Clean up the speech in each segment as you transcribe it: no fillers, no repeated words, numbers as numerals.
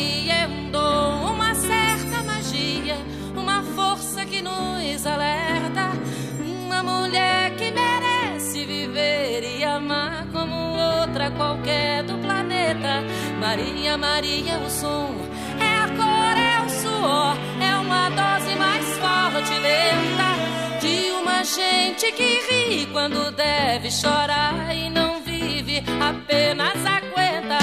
é um dom, uma certa magia, uma força que nos alerta. Uma mulher que merece viver e amar como outra qualquer do planeta. Maria, Maria, o som, é a cor, é o suor, é uma dose mais forte e lenta de uma gente que ri quando deve chorar e não vive, apenas aguenta.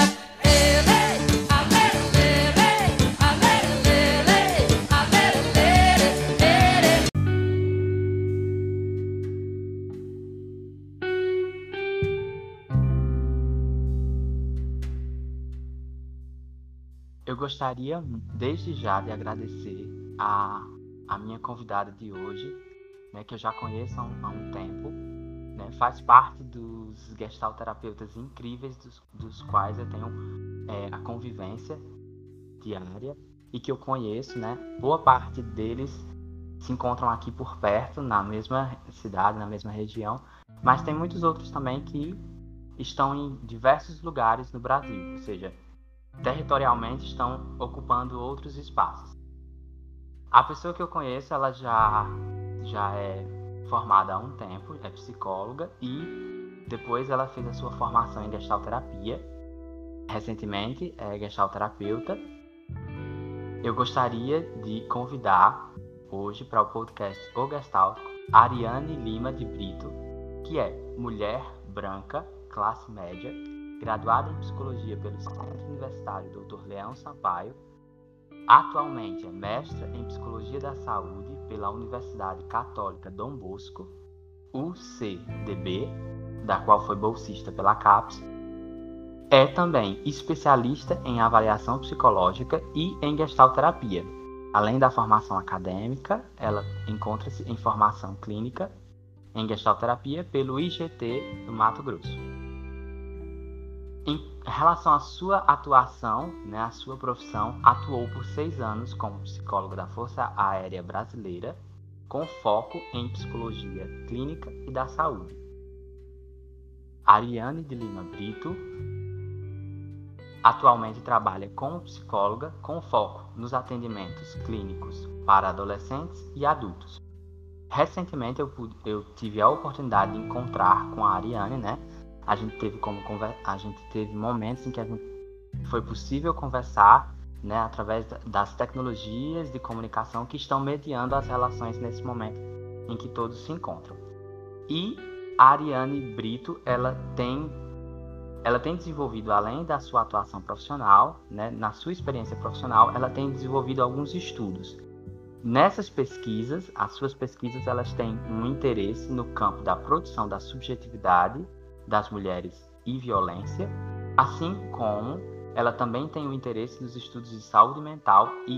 Eu gostaria, desde já, de agradecer a minha convidada de hoje, né, que eu já conheço há um tempo, né, faz parte dos gestalterapeutas incríveis dos quais eu tenho a convivência diária e que eu conheço, né, boa parte deles se encontram aqui por perto, na mesma cidade, na mesma região, mas tem muitos outros também que estão em diversos lugares no Brasil, ou seja, territorialmente estão ocupando outros espaços. A pessoa que eu conheço, ela já é formada há um tempo, é psicóloga e depois ela fez a sua formação em gestalterapia. Recentemente é gestalterapeuta. Eu gostaria de convidar hoje para o podcast O Gestáltico a Ariane Lima de Brito, que é mulher branca, classe média, graduada em Psicologia pelo Centro Universitário Dr. Leão Sampaio, atualmente é mestra em Psicologia da Saúde pela Universidade Católica Dom Bosco, UCDB, da qual foi bolsista pela CAPES, é também especialista em avaliação psicológica e em gestalterapia. Além da formação acadêmica, ela encontra-se em formação clínica em gestalterapia pelo IGT do Mato Grosso. Em relação à sua atuação, né, a sua profissão, atuou por 6 anos como psicólogo da Força Aérea Brasileira, com foco em psicologia clínica e da saúde. Ariane de Lima Brito atualmente trabalha como psicóloga com foco nos atendimentos clínicos para adolescentes e adultos. Recentemente eu tive a oportunidade de encontrar com a Ariane, né? A gente teve momentos em que foi possível conversar, né, através das tecnologias de comunicação que estão mediando as relações nesse momento em que todos se encontram. E a Ariane Brito, ela tem desenvolvido, além da sua atuação profissional, né, na sua experiência profissional, ela tem desenvolvido alguns estudos. Nessas pesquisas, as suas pesquisas, elas têm um interesse no campo da produção da subjetividade das mulheres e violência, assim como ela também tem um interesse nos estudos de saúde mental e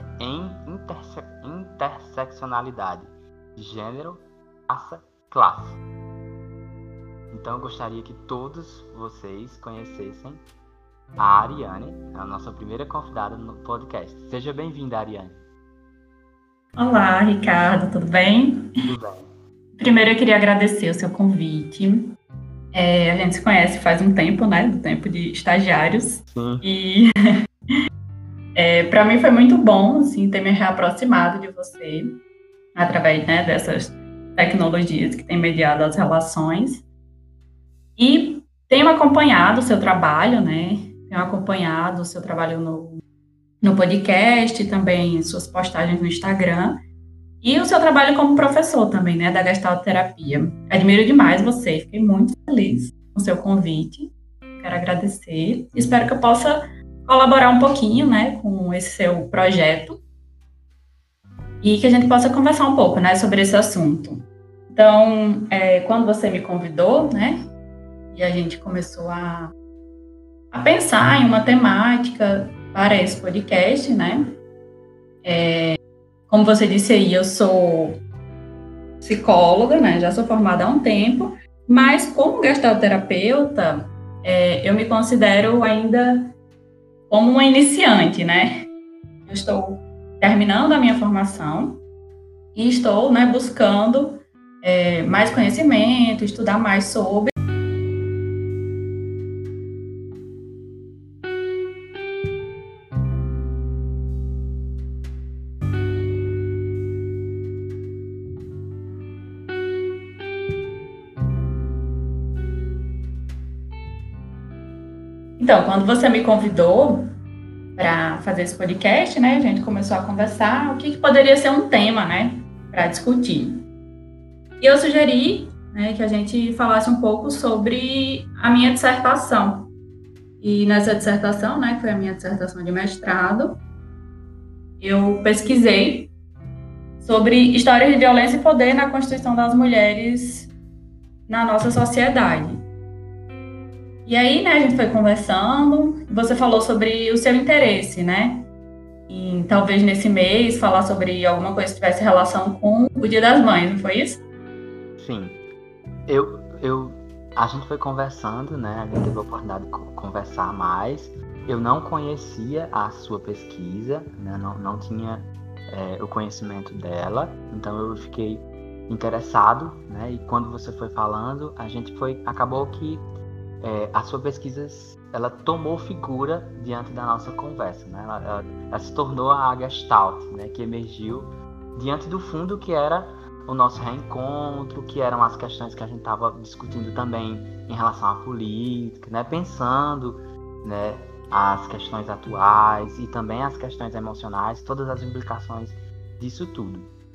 interseccionalidade de gênero, raça, classe. Então eu gostaria que todos vocês conhecessem a Ariane, a nossa primeira convidada no podcast. Seja bem-vinda, Ariane. Olá, Ricardo, tudo bem? Tudo bem. Primeiro eu queria agradecer o seu convite. A gente se conhece faz um tempo, né? Do tempo de estagiários. Sim. E para mim foi muito bom, assim, ter me reaproximado de você através, né, dessas tecnologias que têm mediado as relações. E tenho acompanhado o seu trabalho, né? Tenho acompanhado o seu trabalho no podcast, também suas postagens no Instagram. E o seu trabalho como professor também, né, da gestalterapia. Admiro demais você, fiquei muito feliz com o seu convite. Quero agradecer. Espero que eu possa colaborar um pouquinho, né, com esse seu projeto e que a gente possa conversar um pouco, né, sobre esse assunto. Então, quando você me convidou, né, e a gente começou a pensar em uma temática para esse podcast, né, como você disse aí, eu sou psicóloga, né? Já sou formada há um tempo, mas como gestalterapeuta, eu me considero ainda como uma iniciante, né? Eu estou terminando a minha formação e estou, né, buscando mais conhecimento, estudar mais sobre. Então, quando você me convidou para fazer esse podcast, né, a gente começou a conversar o que poderia ser um tema, né, para discutir. E eu sugeri, né, que a gente falasse um pouco sobre a minha dissertação. E nessa dissertação, né, que foi a minha dissertação de mestrado, eu pesquisei sobre histórias de violência e poder na constituição das mulheres na nossa sociedade. E aí, né, a gente foi conversando, você falou sobre o seu interesse, né? E talvez nesse mês falar sobre alguma coisa que tivesse relação com o Dia das Mães, não foi isso? Sim. A gente foi conversando, né? A gente teve a oportunidade de conversar mais. Eu não conhecia a sua pesquisa, né? Não tinha o conhecimento dela, então eu fiquei interessado, né? E quando você foi falando, acabou que a sua pesquisa, ela tomou figura diante da nossa conversa, né? Ela se tornou a Gestalt, né? Que emergiu diante do fundo que era o nosso reencontro, que eram as questões que a gente estava discutindo também em relação à política, né? Pensando, né, as questões atuais e também as questões emocionais, todas as implicações disso tudo.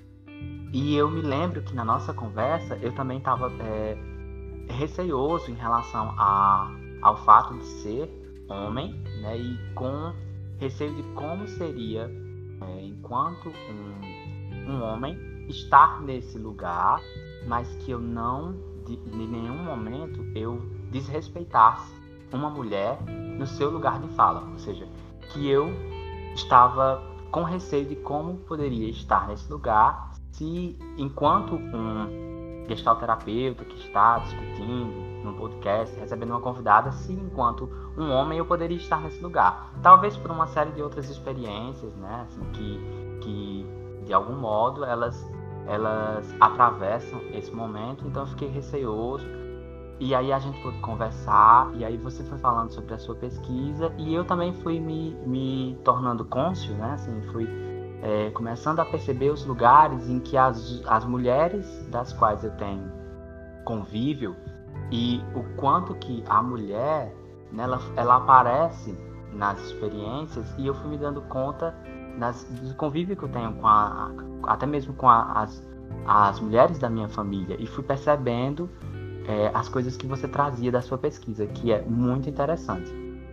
E eu me lembro que na nossa conversa eu também estava receioso em relação ao fato de ser homem, né, e com receio de como seria, enquanto um homem, estar nesse lugar, mas que eu não, de nenhum momento, eu desrespeitasse uma mulher no seu lugar de fala. Ou seja, que eu estava com receio de como poderia estar nesse lugar se, enquanto um gestalterapeuta que está discutindo num podcast, recebendo uma convidada, se enquanto um homem eu poderia estar nesse lugar. Talvez por uma série de outras experiências, né, assim, que de algum modo elas atravessam esse momento, então eu fiquei receoso. E aí a gente pôde conversar, e aí você foi falando sobre a sua pesquisa, e eu também fui me tornando cônscio, né, assim, fui começando a perceber os lugares em que as mulheres das quais eu tenho convívio, e o quanto que a mulher, né, ela aparece nas experiências, e eu fui me dando conta do convívio que eu tenho até mesmo com as mulheres da minha família, e fui percebendo as coisas que você trazia da sua pesquisa, que é muito interessante.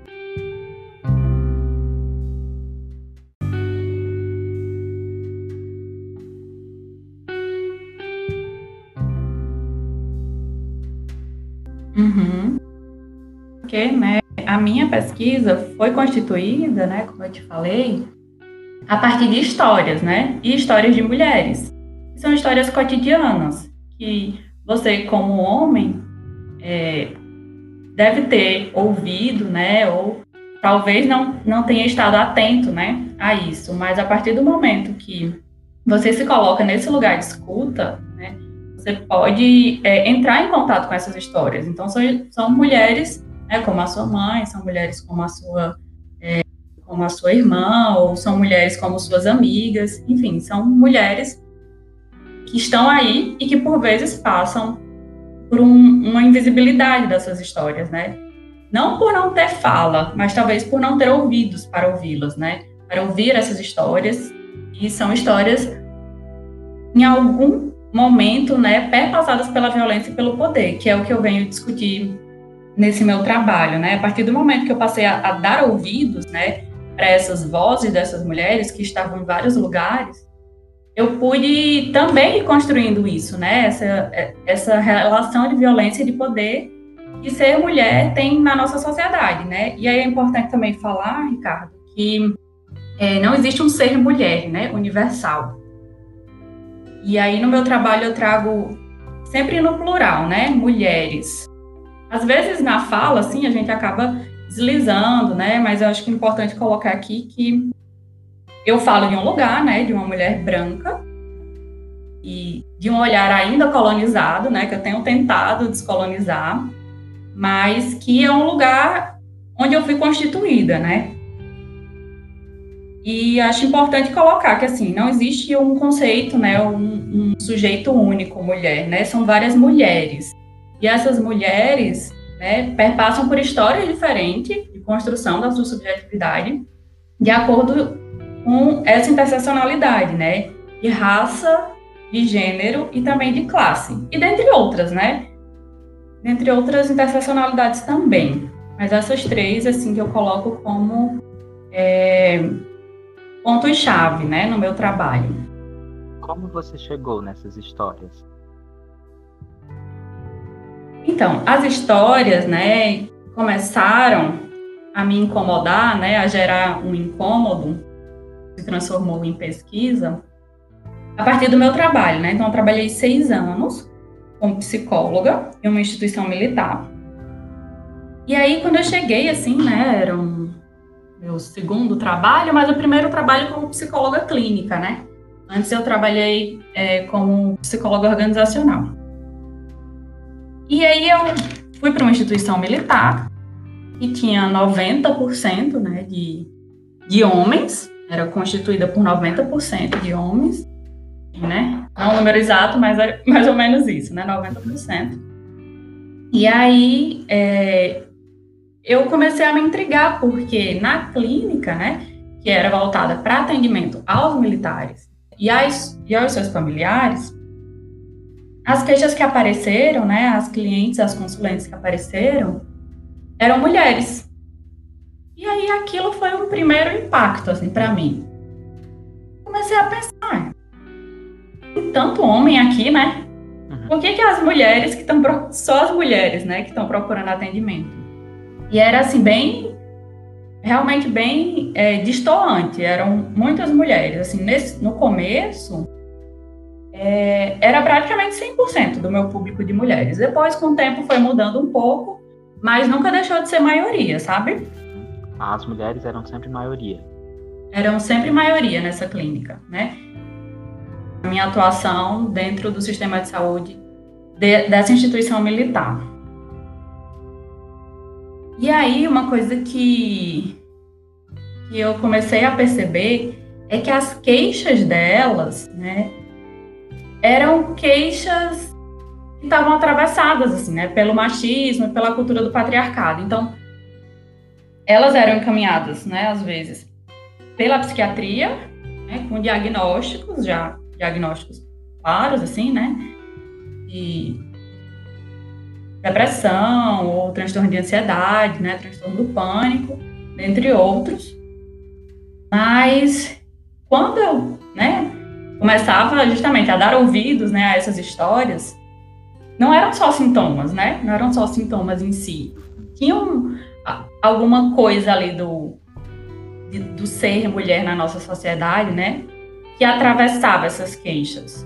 Porque, né, a minha pesquisa foi constituída, né, como eu te falei, a partir de histórias, né, e histórias de mulheres. São histórias cotidianas, que você, como homem, deve ter ouvido, né, ou talvez não tenha estado atento, né, a isso, mas a partir do momento que você se coloca nesse lugar de escuta, né, você pode entrar em contato com essas histórias. Então, são mulheres, né, como a sua mãe, são mulheres como a sua irmã, ou são mulheres como suas amigas, enfim, são mulheres que estão aí e que, por vezes, passam por uma invisibilidade das suas histórias, né? Não por não ter fala, mas talvez por não ter ouvidos para ouvi-las, né? Para ouvir essas histórias, e são histórias, em algum momento, né, perpassadas pela violência e pelo poder, que é o que eu venho discutir nesse meu trabalho, né? A partir do momento que eu passei a dar ouvidos, né, para essas vozes dessas mulheres que estavam em vários lugares, eu pude também ir construindo isso, né? Essa relação de violência e de poder que ser mulher tem na nossa sociedade, né? E aí é importante também falar, Ricardo, que não existe um ser mulher, né, universal. E aí no meu trabalho eu trago sempre no plural, né, mulheres. Às vezes na fala, assim, a gente acaba deslizando, né, mas eu acho que é importante colocar aqui que eu falo de um lugar, né, de uma mulher branca e de um olhar ainda colonizado, né, que eu tenho tentado descolonizar, mas que é um lugar onde eu fui constituída, né. E acho importante colocar que, assim, não existe um conceito, né, um sujeito único, mulher, né, são várias mulheres. E essas mulheres, né, perpassam por histórias diferentes, de construção da sua subjetividade de acordo com essa interseccionalidade, né? De raça, de gênero e também de classe. E dentre outras, né? Dentre outras interseccionalidades também. Mas essas três, assim, que eu coloco como pontos-chave, né? No meu trabalho. Como você chegou nessas histórias? Então, as histórias, né, começaram a me incomodar, né, a gerar um incômodo, se transformou em pesquisa, a partir do meu trabalho, né? Então, eu trabalhei 6 anos como psicóloga em uma instituição militar. E aí, quando eu cheguei, assim, né, era meu segundo trabalho, mas o primeiro trabalho como psicóloga clínica, né? Antes eu trabalhei como psicóloga organizacional. E aí eu fui para uma instituição militar que tinha 90%, né, de homens, era constituída por 90% de homens, né? Não é um número exato, mas é mais ou menos isso, né? 90%. E aí eu comecei a me intrigar, porque na clínica, né, que era voltada para atendimento aos militares e aos seus familiares, as queixas que apareceram, né, as clientes, as consulentes que apareceram, eram mulheres. E aí aquilo foi um primeiro impacto, assim, para mim. Comecei a pensar, tem tanto homem aqui, né? Por que as mulheres que estão, só as mulheres, né, que estão procurando atendimento? E era, assim, realmente bem destoante, eram muitas mulheres, assim, no começo, era praticamente 100% do meu público de mulheres. Depois, com o tempo, foi mudando um pouco, mas nunca deixou de ser maioria, sabe? As mulheres eram sempre maioria. Eram sempre maioria nessa clínica, né? A minha atuação dentro do sistema de saúde dessa instituição militar. E aí, uma coisa que eu comecei a perceber é que as queixas delas, né, eram queixas que estavam atravessadas, assim, né, pelo machismo e pela cultura do patriarcado. Então, elas eram encaminhadas, né, às vezes, pela psiquiatria, né, com diagnósticos claros, assim, né, de depressão ou transtorno de ansiedade, né, transtorno do pânico, dentre outros. Mas quando eu, né, começava justamente a dar ouvidos, né, a essas histórias, não eram só sintomas, né? Não eram só sintomas em si. Tinham alguma coisa ali do ser mulher na nossa sociedade, né, que atravessava essas queixas.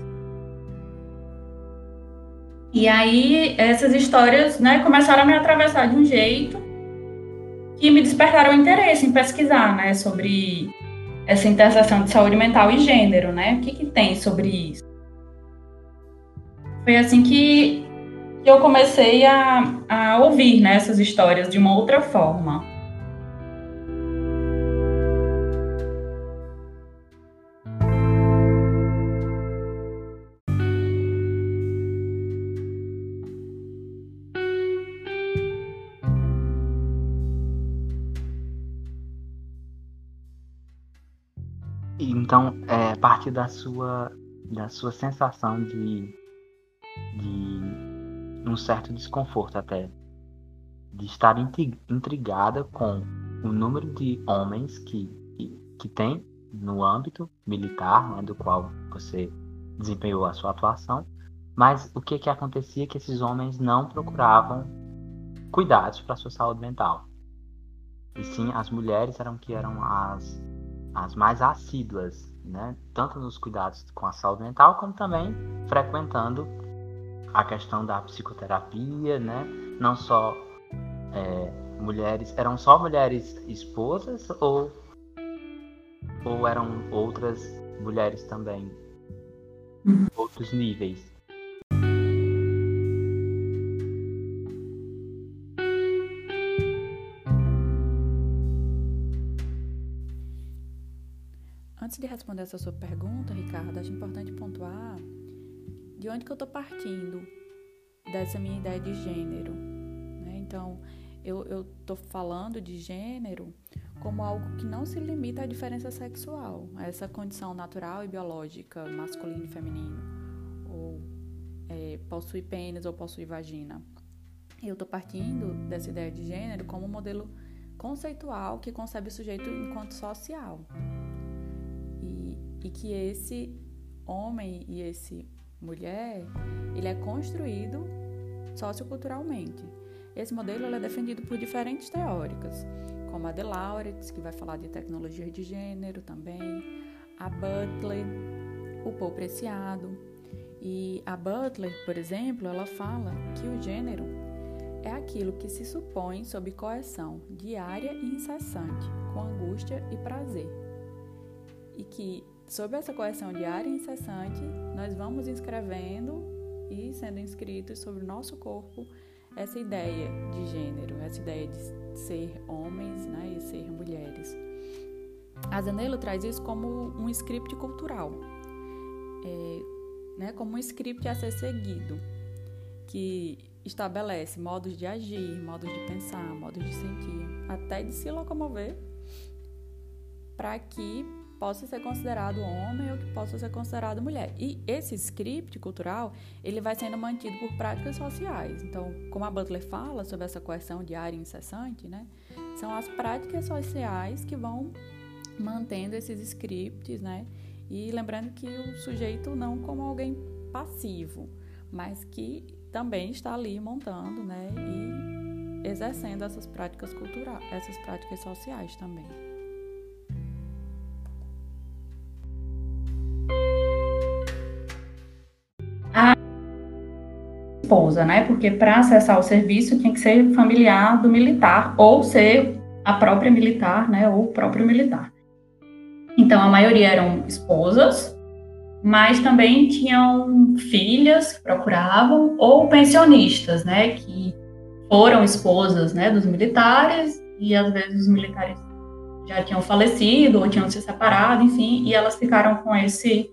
E aí essas histórias, né, começaram a me atravessar de um jeito que me despertaram o interesse em pesquisar, né, sobre essa interseção de saúde mental e gênero, né? O que tem sobre isso? Foi assim que eu comecei a ouvir, né, essas histórias de uma outra forma. Então, a partir da sua sensação de um certo desconforto até, de estar intrigada com o número de homens que tem no âmbito militar, né, do qual você desempenhou a sua atuação, mas o que acontecia é que esses homens não procuravam cuidados para a sua saúde mental. E sim, as mulheres eram as mais assíduas, né? Tanto nos cuidados com a saúde mental, como também frequentando a questão da psicoterapia, né? Não só mulheres, eram só mulheres esposas ou eram outras mulheres também, outros níveis? Antes de responder essa sua pergunta, Ricardo, acho importante pontuar de onde que eu estou partindo dessa minha ideia de gênero, né? Então, eu tô falando de gênero como algo que não se limita à diferença sexual, a essa condição natural e biológica, masculino e feminino, ou possui pênis ou possui vagina. Eu tô partindo dessa ideia de gênero como um modelo conceitual que concebe o sujeito enquanto social. E que esse homem e esse mulher, ele é construído socioculturalmente. Esse modelo é defendido por diferentes teóricas, como a de Lauretz, que vai falar de tecnologias de gênero também, a Butler, o Paul Preciado. E a Butler, por exemplo, ela fala que o gênero é aquilo que se supõe sob coerção diária e incessante, com angústia e prazer. E que, sob essa coerção diária e incessante, nós vamos inscrevendo e sendo inscritos sobre o nosso corpo essa ideia de gênero, essa ideia de ser homens, né, e ser mulheres. A Zanello traz isso como um script cultural, né, como um script a ser seguido, que estabelece modos de agir, modos de pensar, modos de sentir, até de se locomover, para que possa ser considerado homem ou que possa ser considerado mulher. E esse script cultural, ele vai sendo mantido por práticas sociais. Então, como a Butler fala sobre essa coerção diária e incessante, né, são as práticas sociais que vão mantendo esses scripts, né, e lembrando que o sujeito não como alguém passivo, mas que também está ali montando, né, e exercendo essas práticas culturais, essas práticas sociais também. Esposa, né? Porque para acessar o serviço tinha que ser familiar do militar ou ser a própria militar, né? Ou o próprio militar. Então a maioria eram esposas, mas também tinham filhas que procuravam ou pensionistas, né? Que foram esposas, né? Dos militares e às vezes os militares já tinham falecido ou tinham se separado, enfim, e elas ficaram com esse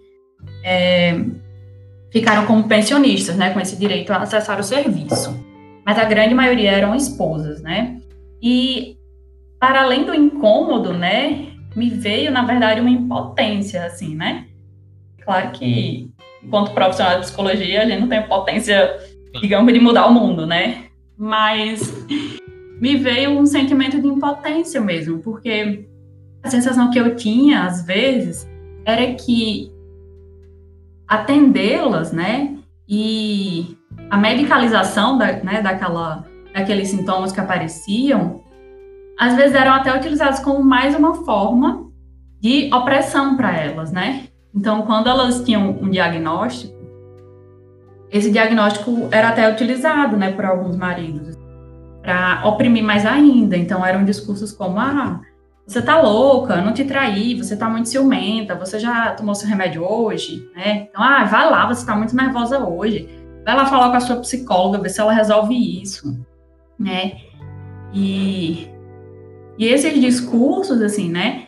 ficaram como pensionistas, né, com esse direito a acessar o serviço. Mas a grande maioria eram esposas, né? E, para além do incômodo, né, me veio, na verdade, uma impotência, assim, né? Claro que, enquanto profissional de psicologia, a gente não tem potência, digamos, de mudar o mundo, né? Mas me veio um sentimento de impotência mesmo, porque a sensação que eu tinha, às vezes, era que atendê-las, né, e a medicalização daqueles sintomas que apareciam, às vezes eram até utilizados como mais uma forma de opressão para elas, né? Então, quando elas tinham um diagnóstico, esse diagnóstico era até utilizado, né, por alguns maridos para oprimir mais ainda. Então, eram discursos como: você tá louca, não te traí, você tá muito ciumenta, você já tomou seu remédio hoje, né? Então, vai lá, você tá muito nervosa hoje. Vai lá falar com a sua psicóloga, ver se ela resolve isso, né? E esses discursos, assim, né?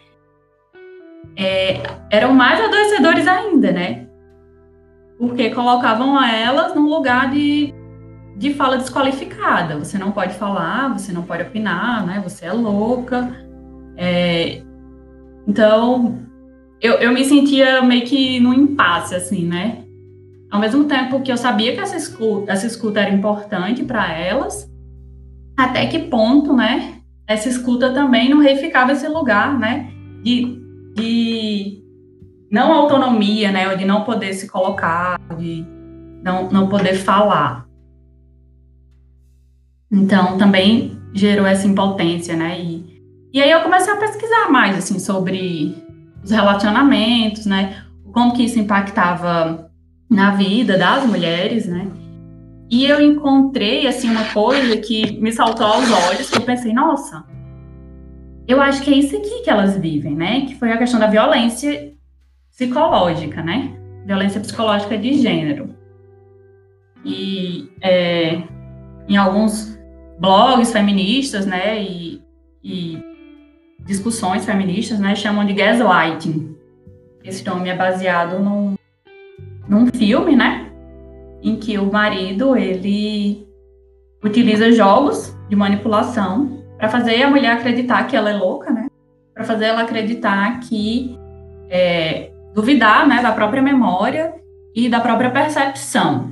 Eram mais adoecedores ainda, né? Porque colocavam a elas num lugar de fala desqualificada. Você não pode falar, você não pode opinar, né? Você é louca. Então, eu me sentia meio que num impasse, assim, né? Ao mesmo tempo que eu sabia que essa escuta era importante para elas, até que ponto, né? Essa escuta também não reificava esse lugar, né? De não autonomia, né? Ou de não poder se colocar, de não poder falar. Então, também gerou essa impotência, né? E aí eu comecei a pesquisar mais, assim, sobre os relacionamentos, né? Como que isso impactava na vida das mulheres, né? E eu encontrei, assim, uma coisa que me saltou aos olhos, que eu pensei, nossa, eu acho que é isso aqui que elas vivem, né? Que foi a questão da violência psicológica, né? Violência psicológica de gênero. E em alguns blogs feministas, né? E discussões feministas, né, chamam de gaslighting. Esse nome é baseado num filme, né, em que o marido, ele utiliza jogos de manipulação para fazer a mulher acreditar que ela é louca, né? Para fazer ela acreditar que duvidar, né, da própria memória e da própria percepção.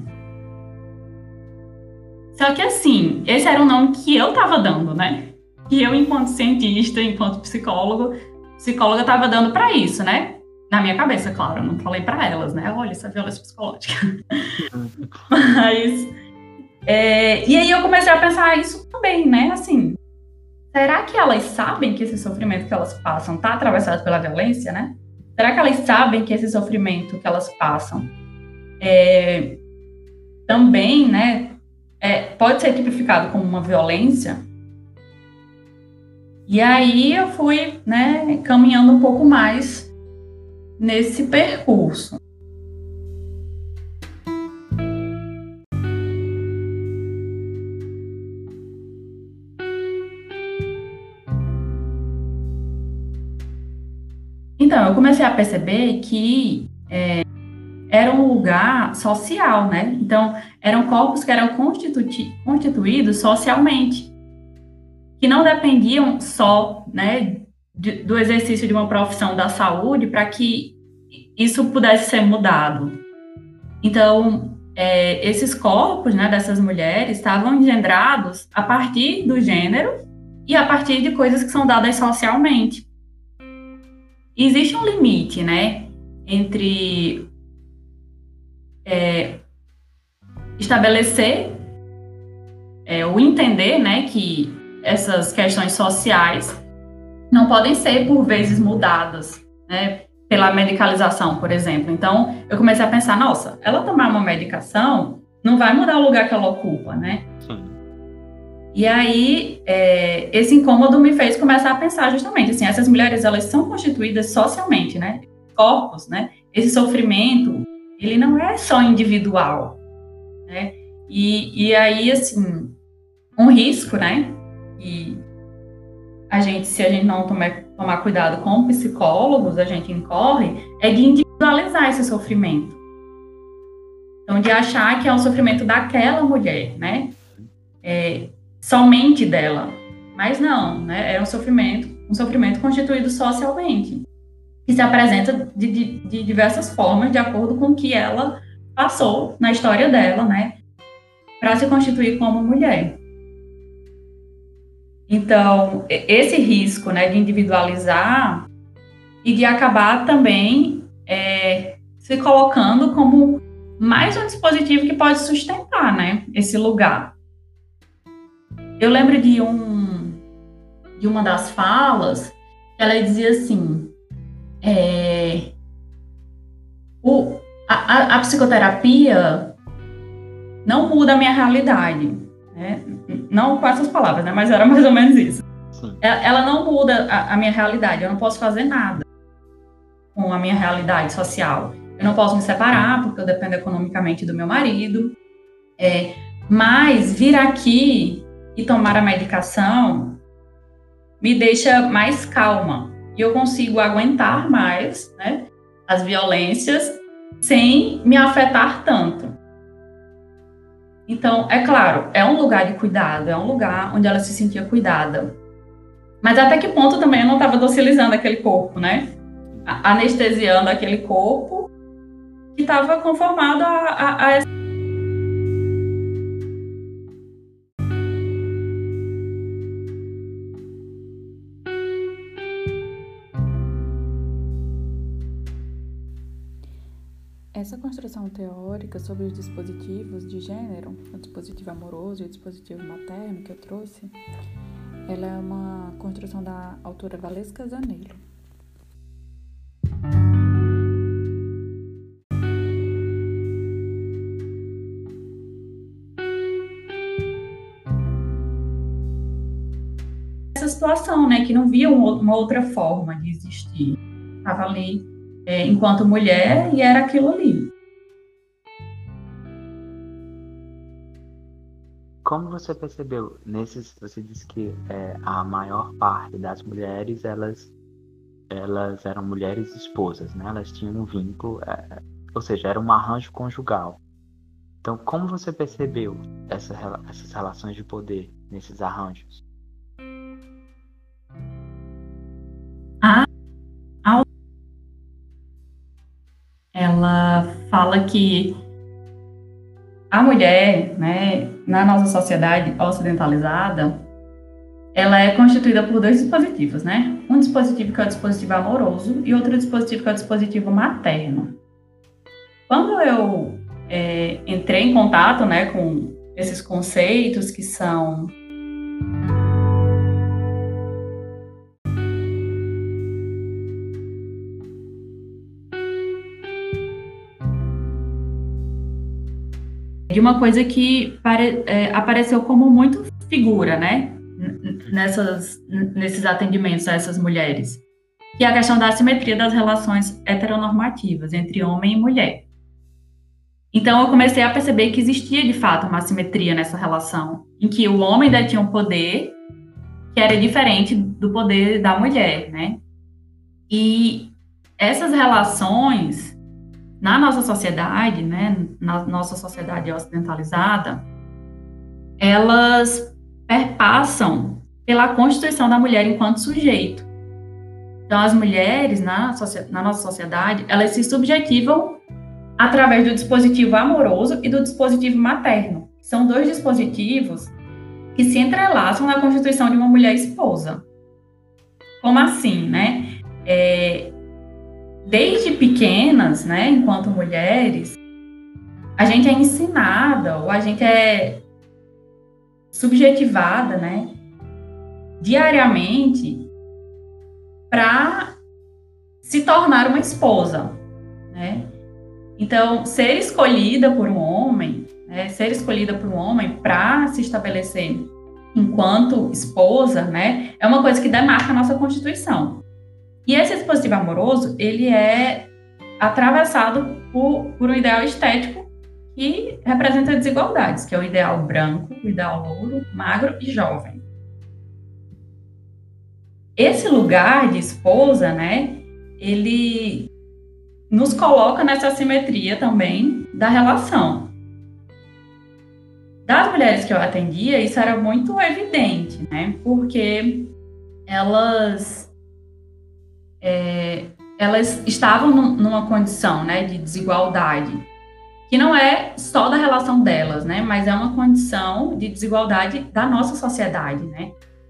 Só que assim, esse era o nome que eu estava dando, né? Que eu, enquanto cientista, enquanto psicóloga estava dando para isso, né? Na minha cabeça, claro, eu não falei para elas, né? Olha, isso é violência psicológica. Mas e aí eu comecei a pensar isso também, né? Assim, será que elas sabem que esse sofrimento que elas passam está atravessado pela violência, né? Será que elas sabem que esse sofrimento que elas passam também, né, pode ser tipificado como uma violência? E aí eu fui, né, caminhando um pouco mais nesse percurso. Então, eu comecei a perceber que era um lugar social, né? Então, eram corpos que eram constituídos socialmente, que não dependiam só, né, do exercício de uma profissão da saúde para que isso pudesse ser mudado. Então, esses corpos, né, dessas mulheres estavam engendrados a partir do gênero e a partir de coisas que são dadas socialmente. Existe um limite, né, entre estabelecer ou entender, né, que essas questões sociais não podem ser, por vezes, mudadas, né, pela medicalização, por exemplo. Então, eu comecei a pensar, nossa, ela tomar uma medicação não vai mudar o lugar que ela ocupa, né? Sim. E aí, esse incômodo me fez começar a pensar justamente, assim, essas mulheres, elas são constituídas socialmente, né? Corpos, né? Esse sofrimento, ele não é só individual, né? E aí, assim, um risco, né? E se a gente não tomar cuidado com psicólogos, a gente incorre, é de individualizar esse sofrimento. Então, de achar que é o sofrimento daquela mulher, né? Somente dela. Mas não, né? É um sofrimento constituído socialmente, que se apresenta de diversas formas, de acordo com o que ela passou na história dela, né? Para se constituir como mulher. Então, esse risco, né, de individualizar e de acabar também se colocando como mais um dispositivo que pode sustentar, né, esse lugar. Eu lembro de uma das falas, ela dizia assim, a psicoterapia não muda a minha realidade, né? Não com essas palavras, né? Mas era mais ou menos isso. Sim. Ela não muda a minha realidade, eu não posso fazer nada com a minha realidade social. Eu não posso me separar, porque eu dependo economicamente do meu marido. Mas vir aqui e tomar a medicação me deixa mais calma. E eu consigo aguentar mais, né, as violências sem me afetar tanto. Então, é claro, é um lugar de cuidado, é um lugar onde ela se sentia cuidada. Mas até que ponto também eu não estava docilizando aquele corpo, né? Anestesiando aquele corpo que estava conformado a essa... Essa construção teórica sobre os dispositivos de gênero, o dispositivo amoroso e o dispositivo materno que eu trouxe, ela é uma construção da autora Valesca Zanello. Essa situação, né, que não via uma outra forma de existir. Estava ali enquanto mulher, e era aquilo ali. Como você percebeu, você disse que a maior parte das mulheres, elas eram mulheres esposas, né? Elas tinham um vínculo, ou seja, era um arranjo conjugal. Então, como você percebeu essas relações de poder nesses arranjos? Ela fala que a mulher, né, na nossa sociedade ocidentalizada, ela é constituída por dois dispositivos, né? Um dispositivo que é o dispositivo amoroso e outro dispositivo que é o dispositivo materno. Quando eu entrei em contato, né, com esses conceitos que são de uma coisa que apareceu como muito figura, né, nesses atendimentos a essas mulheres, que é a questão da assimetria das relações heteronormativas entre homem e mulher. Então, eu comecei a perceber que existia, de fato, uma assimetria nessa relação, em que o homem detinha um poder que era diferente do poder da mulher, né? E essas relações, na nossa sociedade, né, na nossa sociedade ocidentalizada, elas perpassam pela constituição da mulher enquanto sujeito. Então, as mulheres, na nossa sociedade, elas se subjetivam através do dispositivo amoroso e do dispositivo materno. São dois dispositivos que se entrelaçam na constituição de uma mulher esposa. Como assim, né? Desde pequenas, né, enquanto mulheres, a gente é ensinada, ou a gente é subjetivada, né, diariamente para se tornar uma esposa, né? Então, ser escolhida por um homem para se estabelecer enquanto esposa, né, é uma coisa que demarca a nossa Constituição. E esse dispositivo amoroso, ele é atravessado por um ideal estético que representa desigualdades, que é o ideal branco, o ideal louro, magro e jovem. Esse lugar de esposa, né, ele nos coloca nessa assimetria também da relação. Das mulheres que eu atendia, isso era muito evidente, né? Porque elas estavam numa condição, né, de desigualdade, que não é só da relação delas, né? Mas é uma condição de desigualdade da nossa sociedade, né?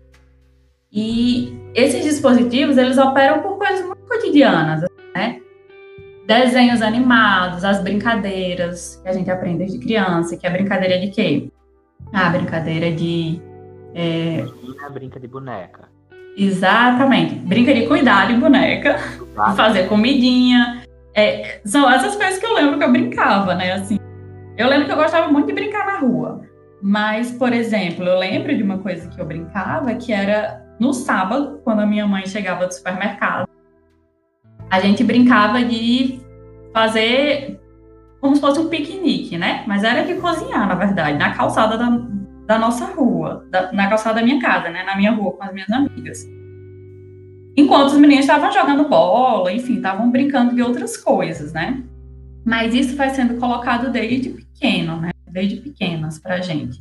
E esses dispositivos, eles operam por coisas muito cotidianas, né? Desenhos animados, as brincadeiras que a gente aprende desde criança, que é brincadeira de quê? A brincadeira de... Menina brinca de boneca. Exatamente. Brinca de cuidar de boneca, de fazer comidinha. São essas coisas que eu lembro que eu brincava, né? Assim, eu lembro que eu gostava muito de brincar na rua. Mas, por exemplo, eu lembro de uma coisa que eu brincava, que era no sábado, quando a minha mãe chegava do supermercado, a gente brincava de fazer como se fosse um piquenique, né? Mas era de cozinhar, na verdade, na calçada da nossa rua, na calçada da minha casa, né? Na minha rua com as minhas amigas. Enquanto os meninos estavam jogando bola, enfim, estavam brincando de outras coisas, né? Mas isso vai sendo colocado desde pequeno, né? Desde pequenas pra gente.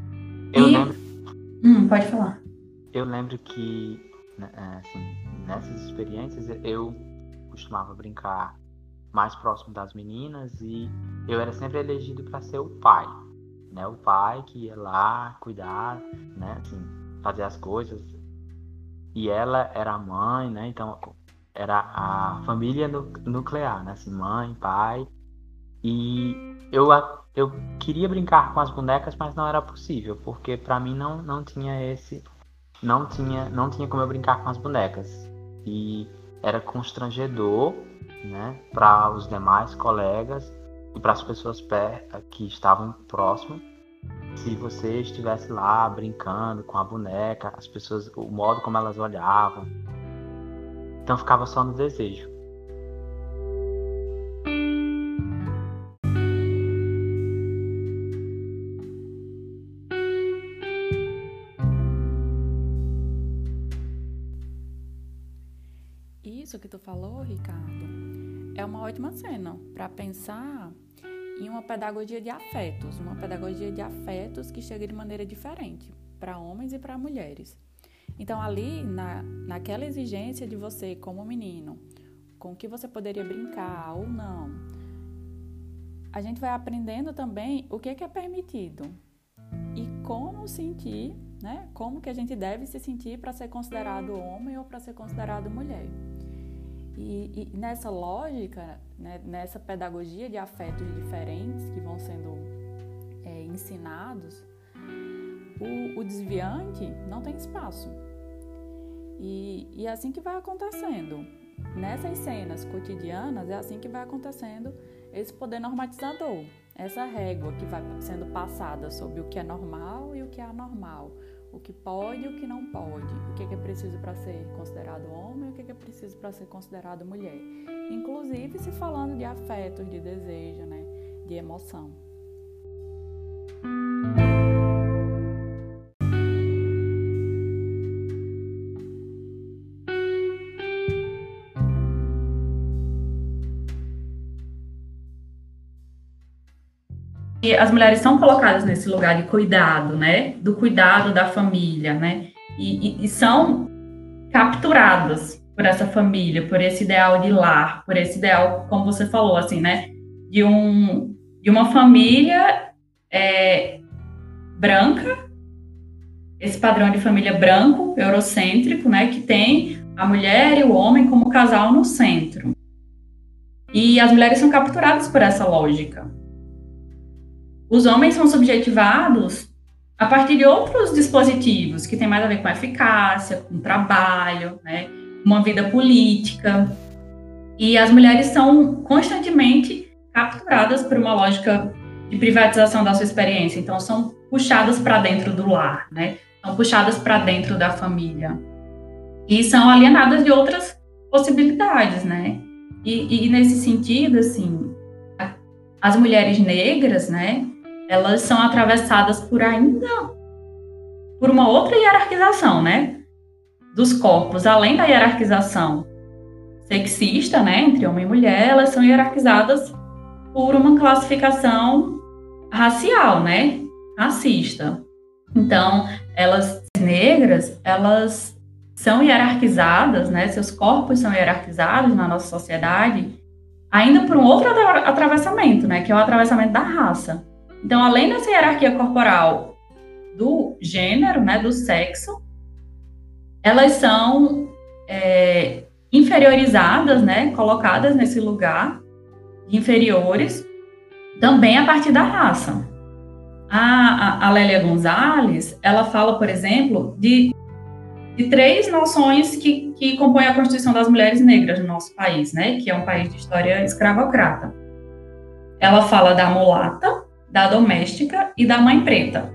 Pode falar. Eu lembro que, assim, nessas experiências, eu costumava brincar mais próximo das meninas e eu era sempre elegido para ser o pai, né? O pai que ia lá cuidar, né? Assim, fazer as coisas. E ela era a mãe, né? Então era a família nuclear, né? Assim, mãe, pai. E eu queria brincar com as bonecas, mas não era possível, porque para mim não tinha como eu brincar com as bonecas. E era constrangedor, né, para os demais colegas e para as pessoas que estavam próximas, se você estivesse lá brincando com a boneca, as pessoas, o modo como elas olhavam. Então ficava só no desejo. Isso que tu falou, Ricardo, é uma ótima cena para pensar em uma pedagogia de afetos que chega de maneira diferente para homens e para mulheres. Então, ali, naquela exigência de você, como menino, com que você poderia brincar ou não, a gente vai aprendendo também o que é permitido e como sentir, né? Como que a gente deve se sentir para ser considerado homem ou para ser considerado mulher. E nessa lógica, né, nessa pedagogia de afetos diferentes que vão sendo ensinados, o desviante não tem espaço. E é assim que vai acontecendo. Nessas cenas cotidianas, é assim que vai acontecendo esse poder normatizador. Essa régua que vai sendo passada sobre o que é normal e o que é anormal. O que pode e o que não pode. O que é preciso para ser considerado homem e o que é preciso para ser considerado mulher. Inclusive se falando de afetos, de desejo, né? De emoção. E as mulheres são colocadas nesse lugar de cuidado, né? Do cuidado da família, né? E são capturadas por essa família, por esse ideal de lar, por esse ideal, como você falou, assim, né? De uma família branca, esse padrão de família branco, eurocêntrico, né? Que tem a mulher e o homem como casal no centro. E as mulheres são capturadas por essa lógica. Os homens são subjetivados a partir de outros dispositivos que têm mais a ver com eficácia, com trabalho, né, uma vida política. E as mulheres são constantemente capturadas por uma lógica de privatização da sua experiência. Então, são puxadas para dentro do lar, né? São puxadas para dentro da família. E são alienadas de outras possibilidades, né? E nesse sentido, assim, as mulheres negras, né? Elas são atravessadas por uma outra hierarquização, né? Dos corpos, além da hierarquização sexista, né? Entre homem e mulher, elas são hierarquizadas por uma classificação racial, né? Racista. Então, elas negras, elas são hierarquizadas, né? Seus corpos são hierarquizados na nossa sociedade, ainda por um outro atravessamento, né? Que é o atravessamento da raça. Então, além dessa hierarquia corporal do gênero, né, do sexo, elas são inferiorizadas, né, colocadas nesse lugar de inferiores, também a partir da raça. A Lélia Gonzalez, ela fala, por exemplo, de três noções que compõem a constituição das mulheres negras no nosso país, né, que é um país de história escravocrata. Ela fala da mulata, da doméstica e da mãe preta.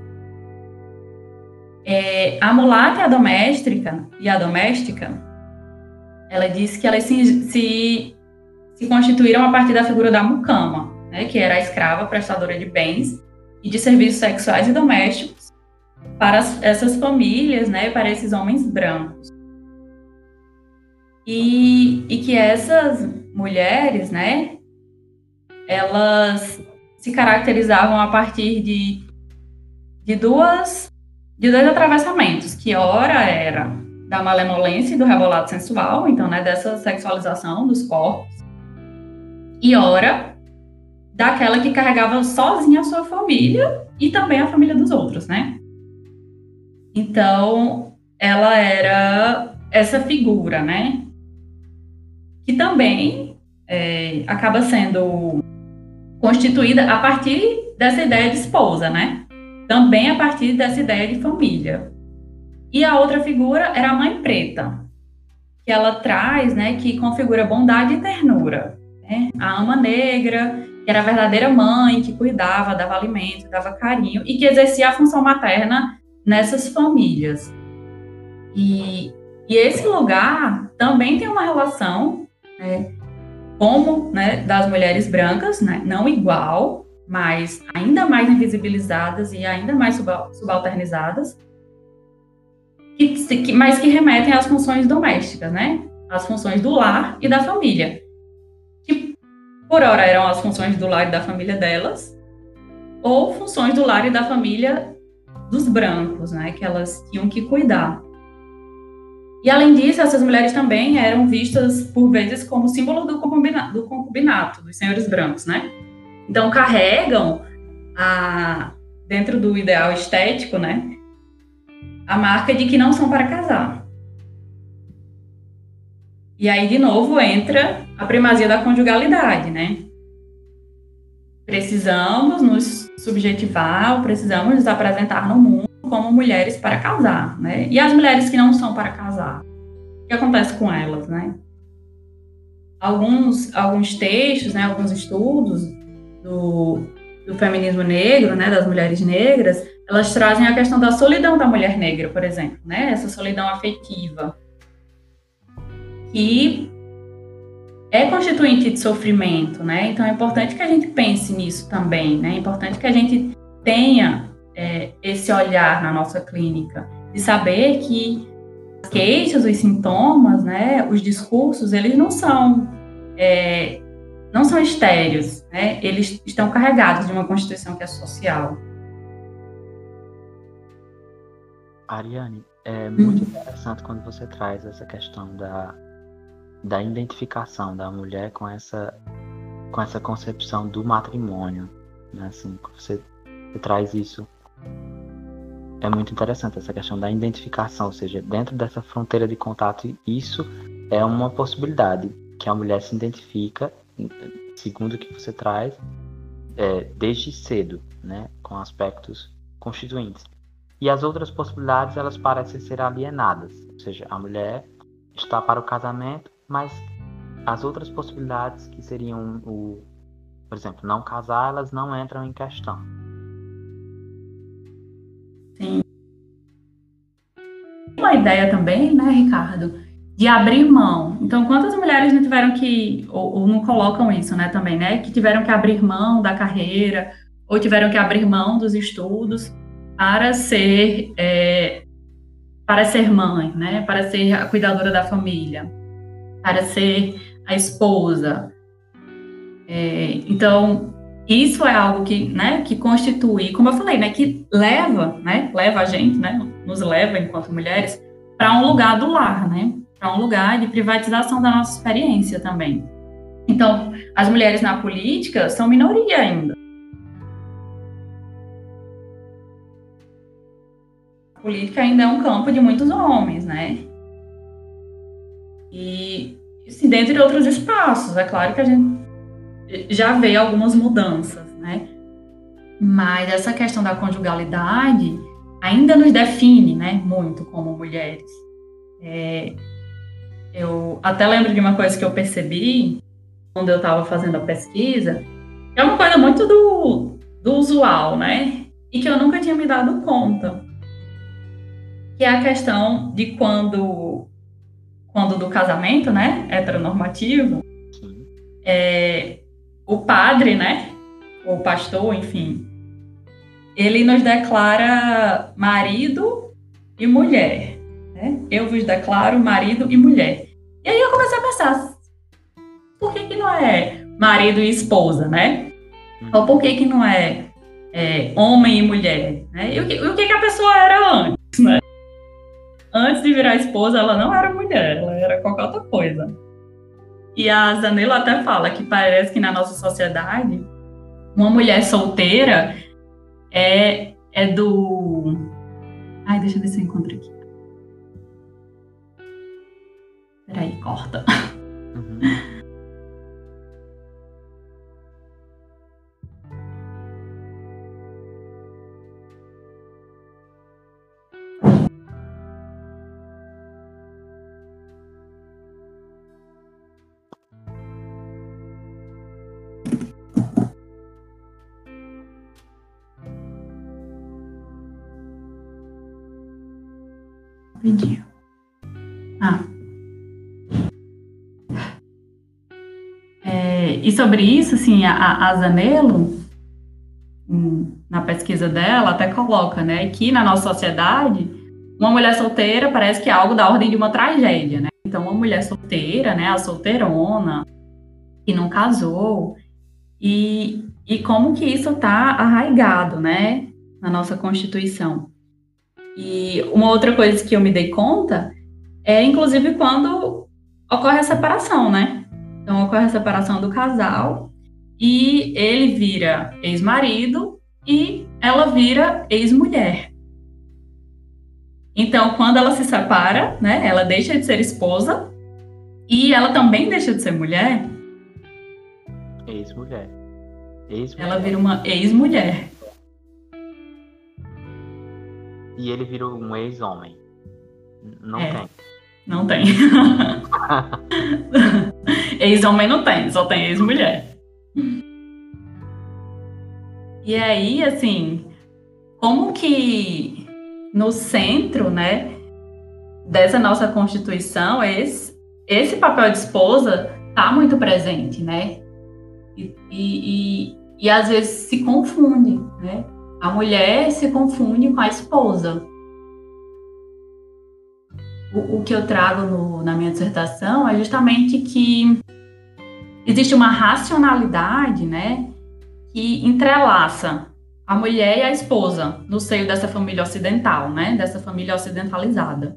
A mulata e a doméstica, ela diz que elas se constituíram a partir da figura da mucama, né, que era a escrava prestadora de bens e de serviços sexuais e domésticos para essas famílias, né, para esses homens brancos. E que essas mulheres, né, elas se caracterizavam a partir de dois atravessamentos, que ora era da malemolência e do rebolado sensual, então, né, dessa sexualização dos corpos, e ora daquela que carregava sozinha a sua família e também a família dos outros, né? Então, ela era essa figura, né, que também acaba sendo constituída a partir dessa ideia de esposa, né? Também a partir dessa ideia de família. E a outra figura era a mãe preta, que ela traz, né, que configura bondade e ternura, né? A ama negra, que era a verdadeira mãe, que cuidava, dava alimento, dava carinho e que exercia a função materna nessas famílias. E esse lugar também tem uma relação, né, como, né, das mulheres brancas, né, não igual, mas ainda mais invisibilizadas e ainda mais subalternizadas, mas que remetem às funções domésticas, né, às funções do lar e da família. Que por hora eram as funções do lar e da família delas, ou funções do lar e da família dos brancos, né, que elas tinham que cuidar. E, além disso, essas mulheres também eram vistas, por vezes, como símbolo do concubinato, dos senhores brancos, né? Então, carregam, dentro do ideal estético, né, a marca de que não são para casar. E aí, de novo, entra a primazia da conjugalidade, né? Precisamos nos subjetivar, precisamos nos apresentar no mundo como mulheres para casar, né? E as mulheres que não são para casar, o que acontece com elas, né? Alguns textos, né, alguns estudos do feminismo negro, né, das mulheres negras, elas trazem a questão da solidão da mulher negra, por exemplo, né? Essa solidão afetiva, que é constituinte de sofrimento, né? Então é importante que a gente pense nisso também, né? É importante que a gente tenha esse olhar na nossa clínica, de saber que as queixas, os sintomas, né, os discursos, eles não são estéreos, né? Eles estão carregados de uma constituição que é social. Ariane, é muito interessante quando você traz essa questão da identificação da mulher com essa concepção do matrimônio, né? Assim, você traz isso. É muito interessante essa questão da identificação, ou seja, dentro dessa fronteira de contato, isso é uma possibilidade, que a mulher se identifica, segundo o que você traz, desde cedo, né, com aspectos constituintes. E as outras possibilidades, elas parecem ser alienadas, ou seja, a mulher está para o casamento, mas as outras possibilidades, que seriam por exemplo, não casar, elas não entram em questão. Sim. Uma ideia também, né, Ricardo, de abrir mão. Então, quantas mulheres não tiveram que, ou não colocam isso, né, também, né, que tiveram que abrir mão da carreira, ou tiveram que abrir mão dos estudos para ser mãe, né, para ser a cuidadora da família, para ser a esposa. Então, isso é algo que, né, que constitui, como eu falei, né, que leva a gente, né, nos leva enquanto mulheres para um lugar do lar, né, para um lugar de privatização da nossa experiência também. Então, as mulheres na política são minoria ainda. A política ainda é um campo de muitos homens, né? E, assim, dentre outros espaços, é claro que a gente já vê algumas mudanças, né? Mas essa questão da conjugalidade ainda nos define, né, muito como mulheres. Eu até lembro de uma coisa que eu percebi quando eu estava fazendo a pesquisa, que é uma coisa muito do usual, né? E que eu nunca tinha me dado conta. Que é a questão de quando do casamento, né, heteronormativo, o padre, né, o pastor, enfim, ele nos declara marido e mulher, né? Eu vos declaro marido e mulher. E aí eu comecei a pensar, por que não é marido e esposa, né? Ou por que não é homem e mulher, né? E o que a pessoa era antes, né? Antes de virar esposa, ela não era mulher, ela era qualquer outra coisa. E a Zanello até fala que parece que na nossa sociedade, uma mulher solteira é do... Ai, deixa eu ver se eu encontro aqui. Peraí, corta. Entendi. E sobre isso, assim, a Zanello, na pesquisa dela, até coloca, né, que na nossa sociedade, uma mulher solteira parece que é algo da ordem de uma tragédia, né? Então, uma mulher solteira, né, a solteirona, que não casou, e como que isso está arraigado, né, na nossa Constituição. E uma outra coisa que eu me dei conta é, inclusive, quando ocorre a separação, né? Então, ocorre a separação do casal e ele vira ex-marido e ela vira ex-mulher. Então, quando ela se separa, né, ela deixa de ser esposa e ela também deixa de ser mulher. Ex-mulher. Ela vira uma ex-mulher. E ele vira um ex-homem. Não tem. Não tem. Ex-homem não tem, só tem ex-mulher. E aí, assim, como que no centro, né, dessa nossa Constituição, esse papel de esposa está muito presente, né? E às vezes se confunde, né? A mulher se confunde com a esposa. O que eu trago na minha dissertação é justamente que existe uma racionalidade, né, que entrelaça a mulher e a esposa no seio dessa família ocidental, né, dessa família ocidentalizada.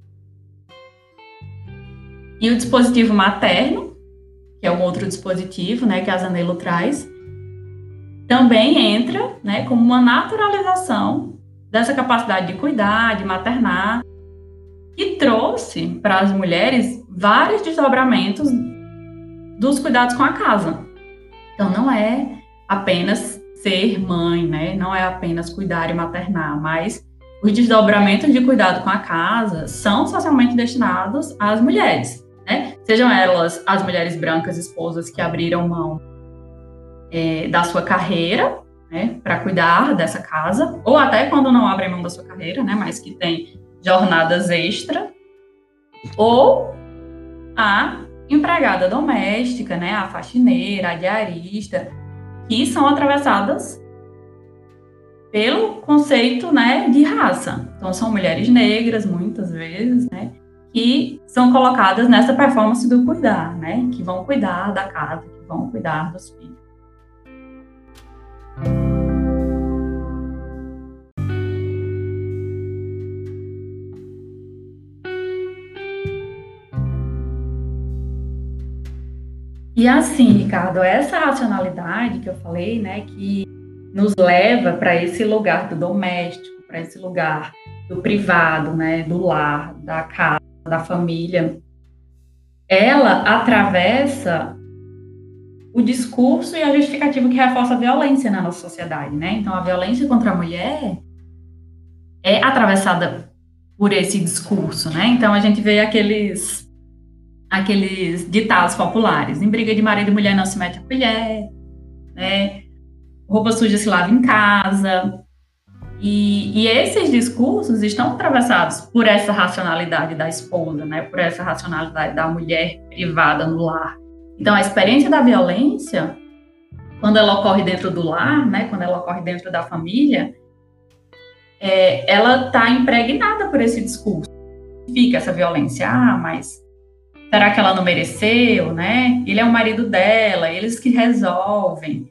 E o dispositivo materno, que é um outro dispositivo, né, que a Zanello traz, também entra, né, como uma naturalização dessa capacidade de cuidar, de maternar, e trouxe para as mulheres vários desdobramentos dos cuidados com a casa. Então, não é apenas ser mãe, né? Não é apenas cuidar e maternar, mas os desdobramentos de cuidado com a casa são socialmente destinados às mulheres, né? Sejam elas as mulheres brancas esposas que abriram mão da sua carreira, né, para cuidar dessa casa, ou até quando não abrem mão da sua carreira, né, mas que tem jornadas extra, ou a empregada doméstica, né, a faxineira, a diarista, que são atravessadas pelo conceito, né, de raça. Então, são mulheres negras, muitas vezes, né, que são colocadas nessa performance do cuidar, né, que vão cuidar da casa, que vão cuidar dos filhos. E assim, Ricardo, essa racionalidade que eu falei, né, que nos leva para esse lugar do doméstico, para esse lugar do privado, né, do lar, da casa, da família, ela atravessa o discurso e a justificativa que reforça a violência na nossa sociedade, né? Então, a violência contra a mulher é atravessada por esse discurso, né? Então, a gente vê aqueles ditados populares. Em briga de marido e mulher não se mete a colher, né? Roupa suja se lava em casa. E esses discursos estão atravessados por essa racionalidade da esposa, né? Por essa racionalidade da mulher privada no lar. Então, a experiência da violência, quando ela ocorre dentro do lar, né? Quando ela ocorre dentro da família, ela está impregnada por esse discurso. Fica essa violência, mas será que ela não mereceu, né? Ele é o marido dela, eles que resolvem.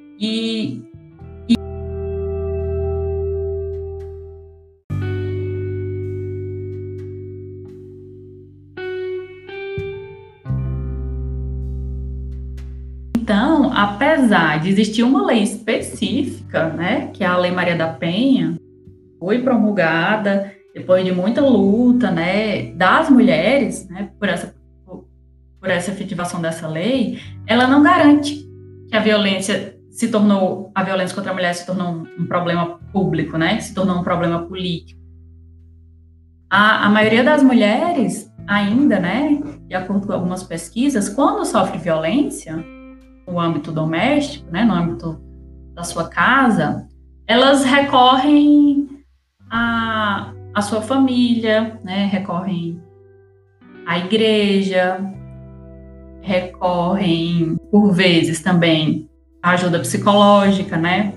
Então, apesar de existir uma lei específica, né, que é a Lei Maria da Penha, foi promulgada depois de muita luta, né, das mulheres, né, por essa efetivação dessa lei, ela não garante que a violência contra a mulher se tornou um problema público, né, se tornou um problema político. A maioria das mulheres ainda, né, de acordo com algumas pesquisas, quando sofre violência no âmbito doméstico, né, no âmbito da sua casa, elas recorrem à sua família, né, recorrem à igreja, recorrem, por vezes, também à ajuda psicológica, né?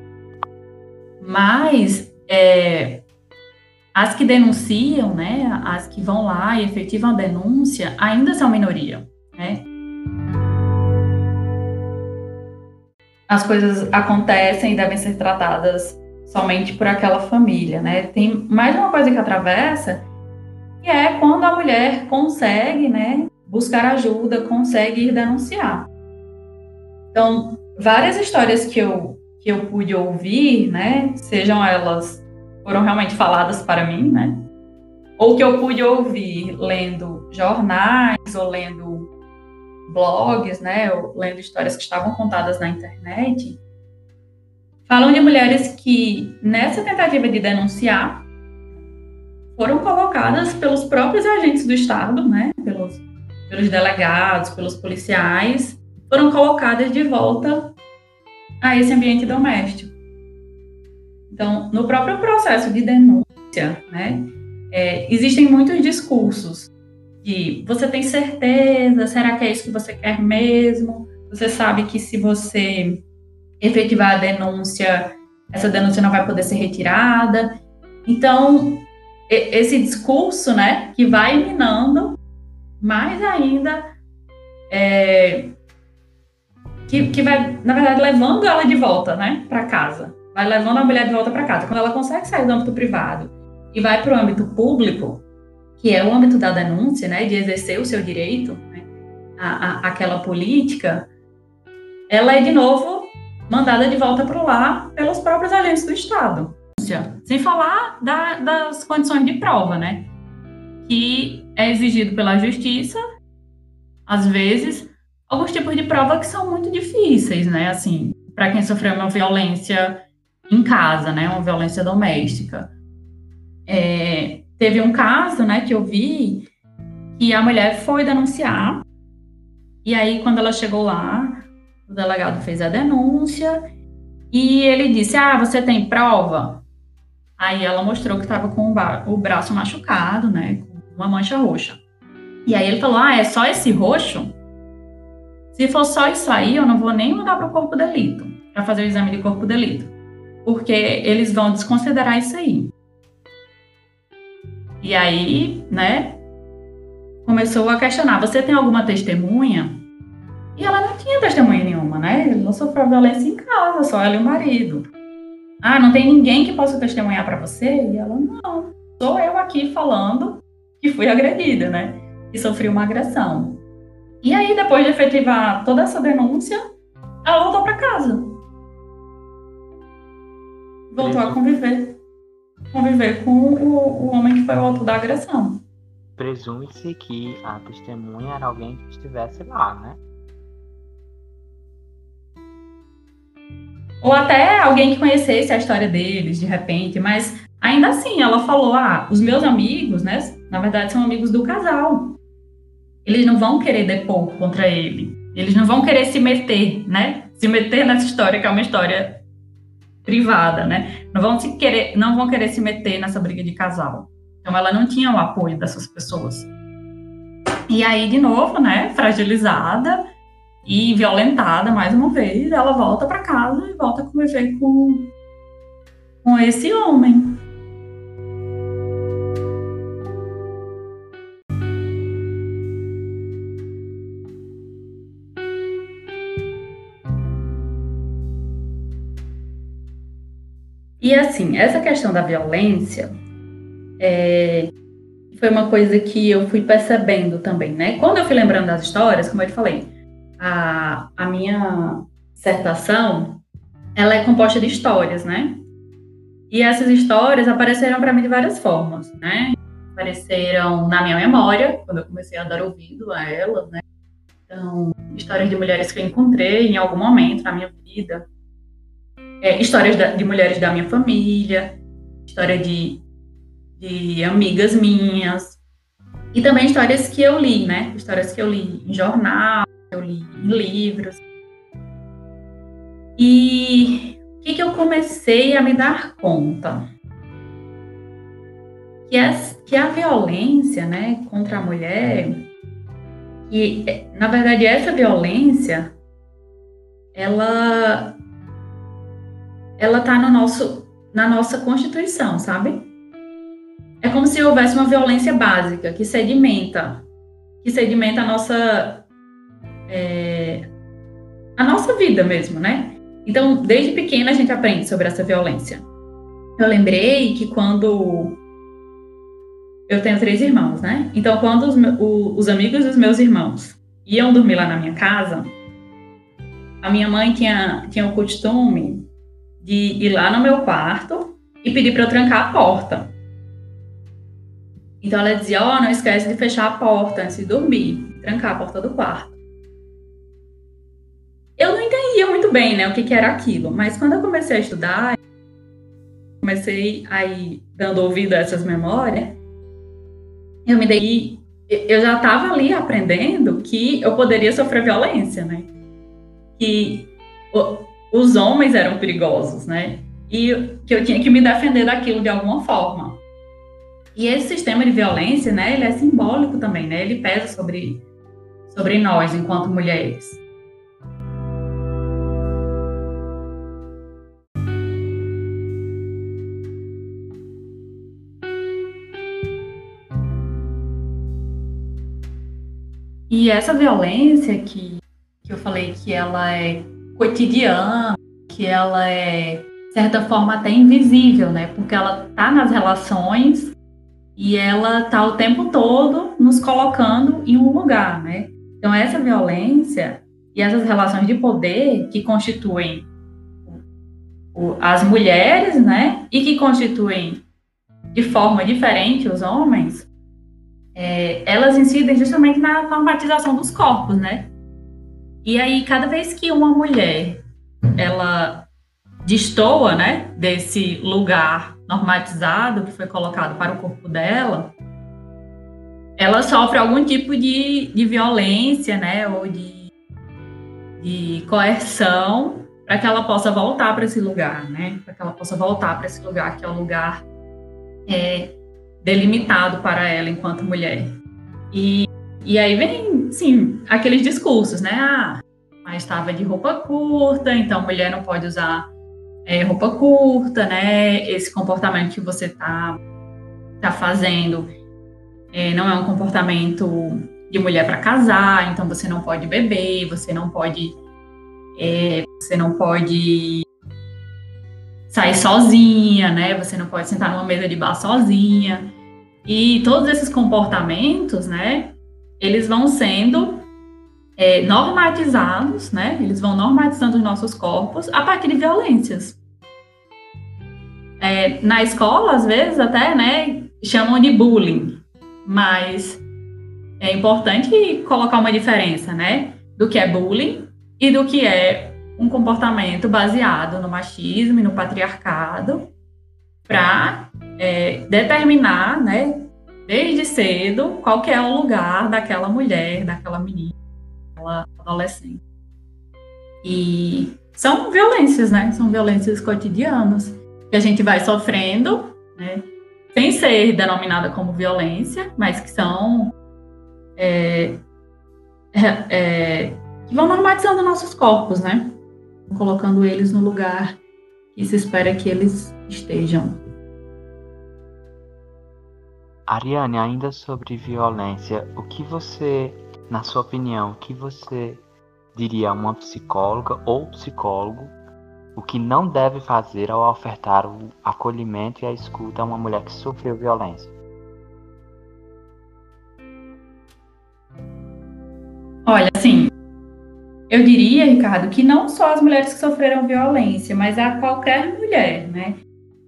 Mas as que denunciam, né, as que vão lá e efetivam a denúncia, ainda são minoria, né? as coisas acontecem e devem ser tratadas somente por aquela família, né? Tem mais uma coisa que atravessa, que é quando a mulher consegue, né, buscar ajuda, consegue ir denunciar. Então, várias histórias que eu pude ouvir, né, sejam elas, foram realmente faladas para mim, né, ou que eu pude ouvir lendo jornais ou lendo blogs, né, ou lendo histórias que estavam contadas na internet, falam de mulheres que, nessa tentativa de denunciar, foram colocadas pelos próprios agentes do Estado, né, pelos delegados, pelos policiais, foram colocadas de volta a esse ambiente doméstico. Então, no próprio processo de denúncia, né, existem muitos discursos de você tem certeza, será que é isso que você quer mesmo? Você sabe que se você efetivar a denúncia, essa denúncia não vai poder ser retirada. Então, esse discurso, né, que vai minando mais ainda, que vai, na verdade, levando ela de volta, né, para casa. Vai levando a mulher de volta para casa. Quando ela consegue sair do âmbito privado e vai para o âmbito público, que é o âmbito da denúncia, né, de exercer o seu direito, né, àquela política, ela é, de novo, mandada de volta para o lar pelos próprios agentes do Estado. Sem falar das condições de prova, né, que é exigido pela justiça, às vezes, alguns tipos de prova que são muito difíceis, né, assim, para quem sofreu uma violência em casa, né, uma violência doméstica. Teve um caso, né, que eu vi, que a mulher foi denunciar, e aí, quando ela chegou lá, o delegado fez a denúncia, e ele disse, você tem prova? Aí ela mostrou que estava com o braço machucado, né, com uma mancha roxa. E aí ele falou, é só esse roxo? Se for só isso aí, eu não vou nem mandar para o corpo de delito, para fazer o exame de corpo de delito, porque eles vão desconsiderar isso aí. E aí, né, começou a questionar, você tem alguma testemunha? E ela não tinha testemunha nenhuma, né? Ela sofreu violência em casa, só ela e o marido. Não tem ninguém que possa testemunhar para você? E ela, não, sou eu aqui falando que fui agredida, né? Que sofri uma agressão. E aí, depois de efetivar toda essa denúncia, ela voltou para casa. Voltou a conviver com o homem que foi o autor da agressão. Presume-se que a testemunha era alguém que estivesse lá, né? Ou até alguém que conhecesse a história deles, de repente, mas ainda assim, ela falou, os meus amigos, né, na verdade são amigos do casal. Eles não vão querer depor contra ele. Eles não vão querer se meter, né? Se meter nessa história, que é uma história privada, né? Não vão querer se meter nessa briga de casal. Então, ela não tinha o apoio dessas pessoas. E aí, de novo, né, fragilizada e violentada mais uma vez, ela volta para casa e volta a conviver com esse homem. E assim, essa questão da violência foi uma coisa que eu fui percebendo também, né? Quando eu fui lembrando das histórias, como eu te falei, a minha dissertação, ela é composta de histórias, né? E essas histórias apareceram para mim de várias formas, né? Apareceram na minha memória, quando eu comecei a dar ouvido a elas, né? Então, histórias de mulheres que eu encontrei em algum momento na minha vida, histórias de mulheres da minha família, história de amigas minhas, e também histórias que eu li, né? Histórias que eu li em jornal, que eu li em livros. E o que eu comecei a me dar conta? Que a violência, né, contra a mulher, e na verdade essa violência, ela tá na nossa Constituição, sabe? É como se houvesse uma violência básica que sedimenta a nossa vida mesmo, né? Então, desde pequena a gente aprende sobre essa violência. Eu lembrei que quando... Eu tenho 3 irmãos, né? Então, quando os amigos dos meus irmãos iam dormir lá na minha casa, a minha mãe tinha o costume de ir lá no meu quarto e pedir para eu trancar a porta. Então, ela dizia, não esquece de fechar a porta antes de dormir, trancar a porta do quarto. Eu não entendia muito bem, né, o que era aquilo, mas quando eu comecei a estudar, comecei a ir dando ouvido a essas memórias, eu já estava ali aprendendo que eu poderia sofrer violência, né? Que os homens eram perigosos, né? E que eu tinha que me defender daquilo de alguma forma. E esse sistema de violência, né? Ele é simbólico também, né? Ele pesa sobre nós enquanto mulheres. E essa violência que eu falei que ela é cotidiana, que ela é, de certa forma, até invisível, né? Porque ela está nas relações e ela está o tempo todo nos colocando em um lugar, né? Então, essa violência e essas relações de poder que constituem as mulheres, né? E que constituem de forma diferente os homens, elas incidem justamente na normatização dos corpos, né? E aí, cada vez que uma mulher, ela destoa, né, desse lugar normatizado que foi colocado para o corpo dela, ela sofre algum tipo de violência, né, ou de coerção para que ela possa voltar para esse lugar, né? Para que ela possa voltar para esse lugar que é o lugar delimitado para ela enquanto mulher. E aí vem, sim, aqueles discursos, né? Mas estava de roupa curta, então mulher não pode usar roupa curta, né? Esse comportamento que você tá fazendo não é um comportamento de mulher para casar, então você não pode beber, você não pode sair sozinha, né? Você não pode sentar numa mesa de bar sozinha. E todos esses comportamentos, né? Eles vão sendo normatizados, né? Eles vão normatizando os nossos corpos a partir de violências. Na escola, às vezes, até, né? Chamam de bullying. Mas é importante colocar uma diferença, né? Do que é bullying e do que é um comportamento baseado no machismo e no patriarcado para determinar, né, desde cedo, qual que é o lugar daquela mulher, daquela menina, daquela adolescente. E são violências, né? São violências cotidianas que a gente vai sofrendo, né, sem ser denominada como violência, mas que são que vão normatizando nossos corpos, né? Colocando eles no lugar que se espera que eles estejam. Ariane, ainda sobre violência, o que você, na sua opinião, o que você diria a uma psicóloga ou psicólogo o que não deve fazer ao ofertar o acolhimento e a escuta a uma mulher que sofreu violência? Olha, assim, eu diria, Ricardo, que não só as mulheres que sofreram violência, mas a qualquer mulher, né?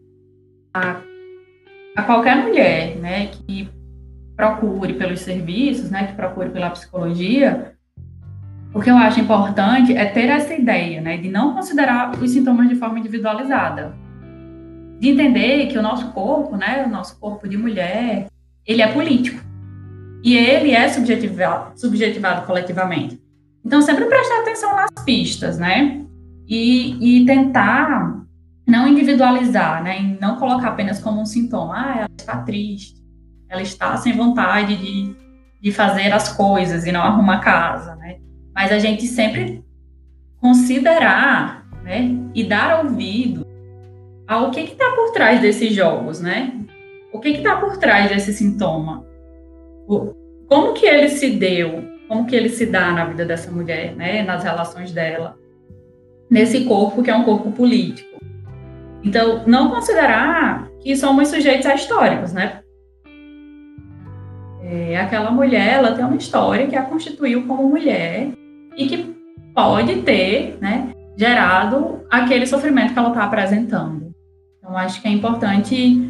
A qualquer mulher, né, que procure pelos serviços, né, que procure pela psicologia, o que eu acho importante é ter essa ideia, né, de não considerar os sintomas de forma individualizada, de entender que o nosso corpo, né, o nosso corpo de mulher, ele é político e ele é subjetivado coletivamente. Então, sempre prestar atenção nas pistas, né, e tentar não individualizar, né, e não colocar apenas como um sintoma. Ela está triste, ela está sem vontade de fazer as coisas e não arrumar a casa, né? Mas a gente sempre considerar, né, e dar ouvido ao que está por trás desses jogos, né? O que está por trás desse sintoma? Como que ele se deu? Como que ele se dá na vida dessa mulher, né? Nas relações dela? nesse corpo que é um corpo político. Então, não considerar que somos sujeitos históricos, né? Aquela mulher, ela tem uma história que a constituiu como mulher e que pode ter, né, gerado aquele sofrimento que ela está apresentando. Então, acho que é importante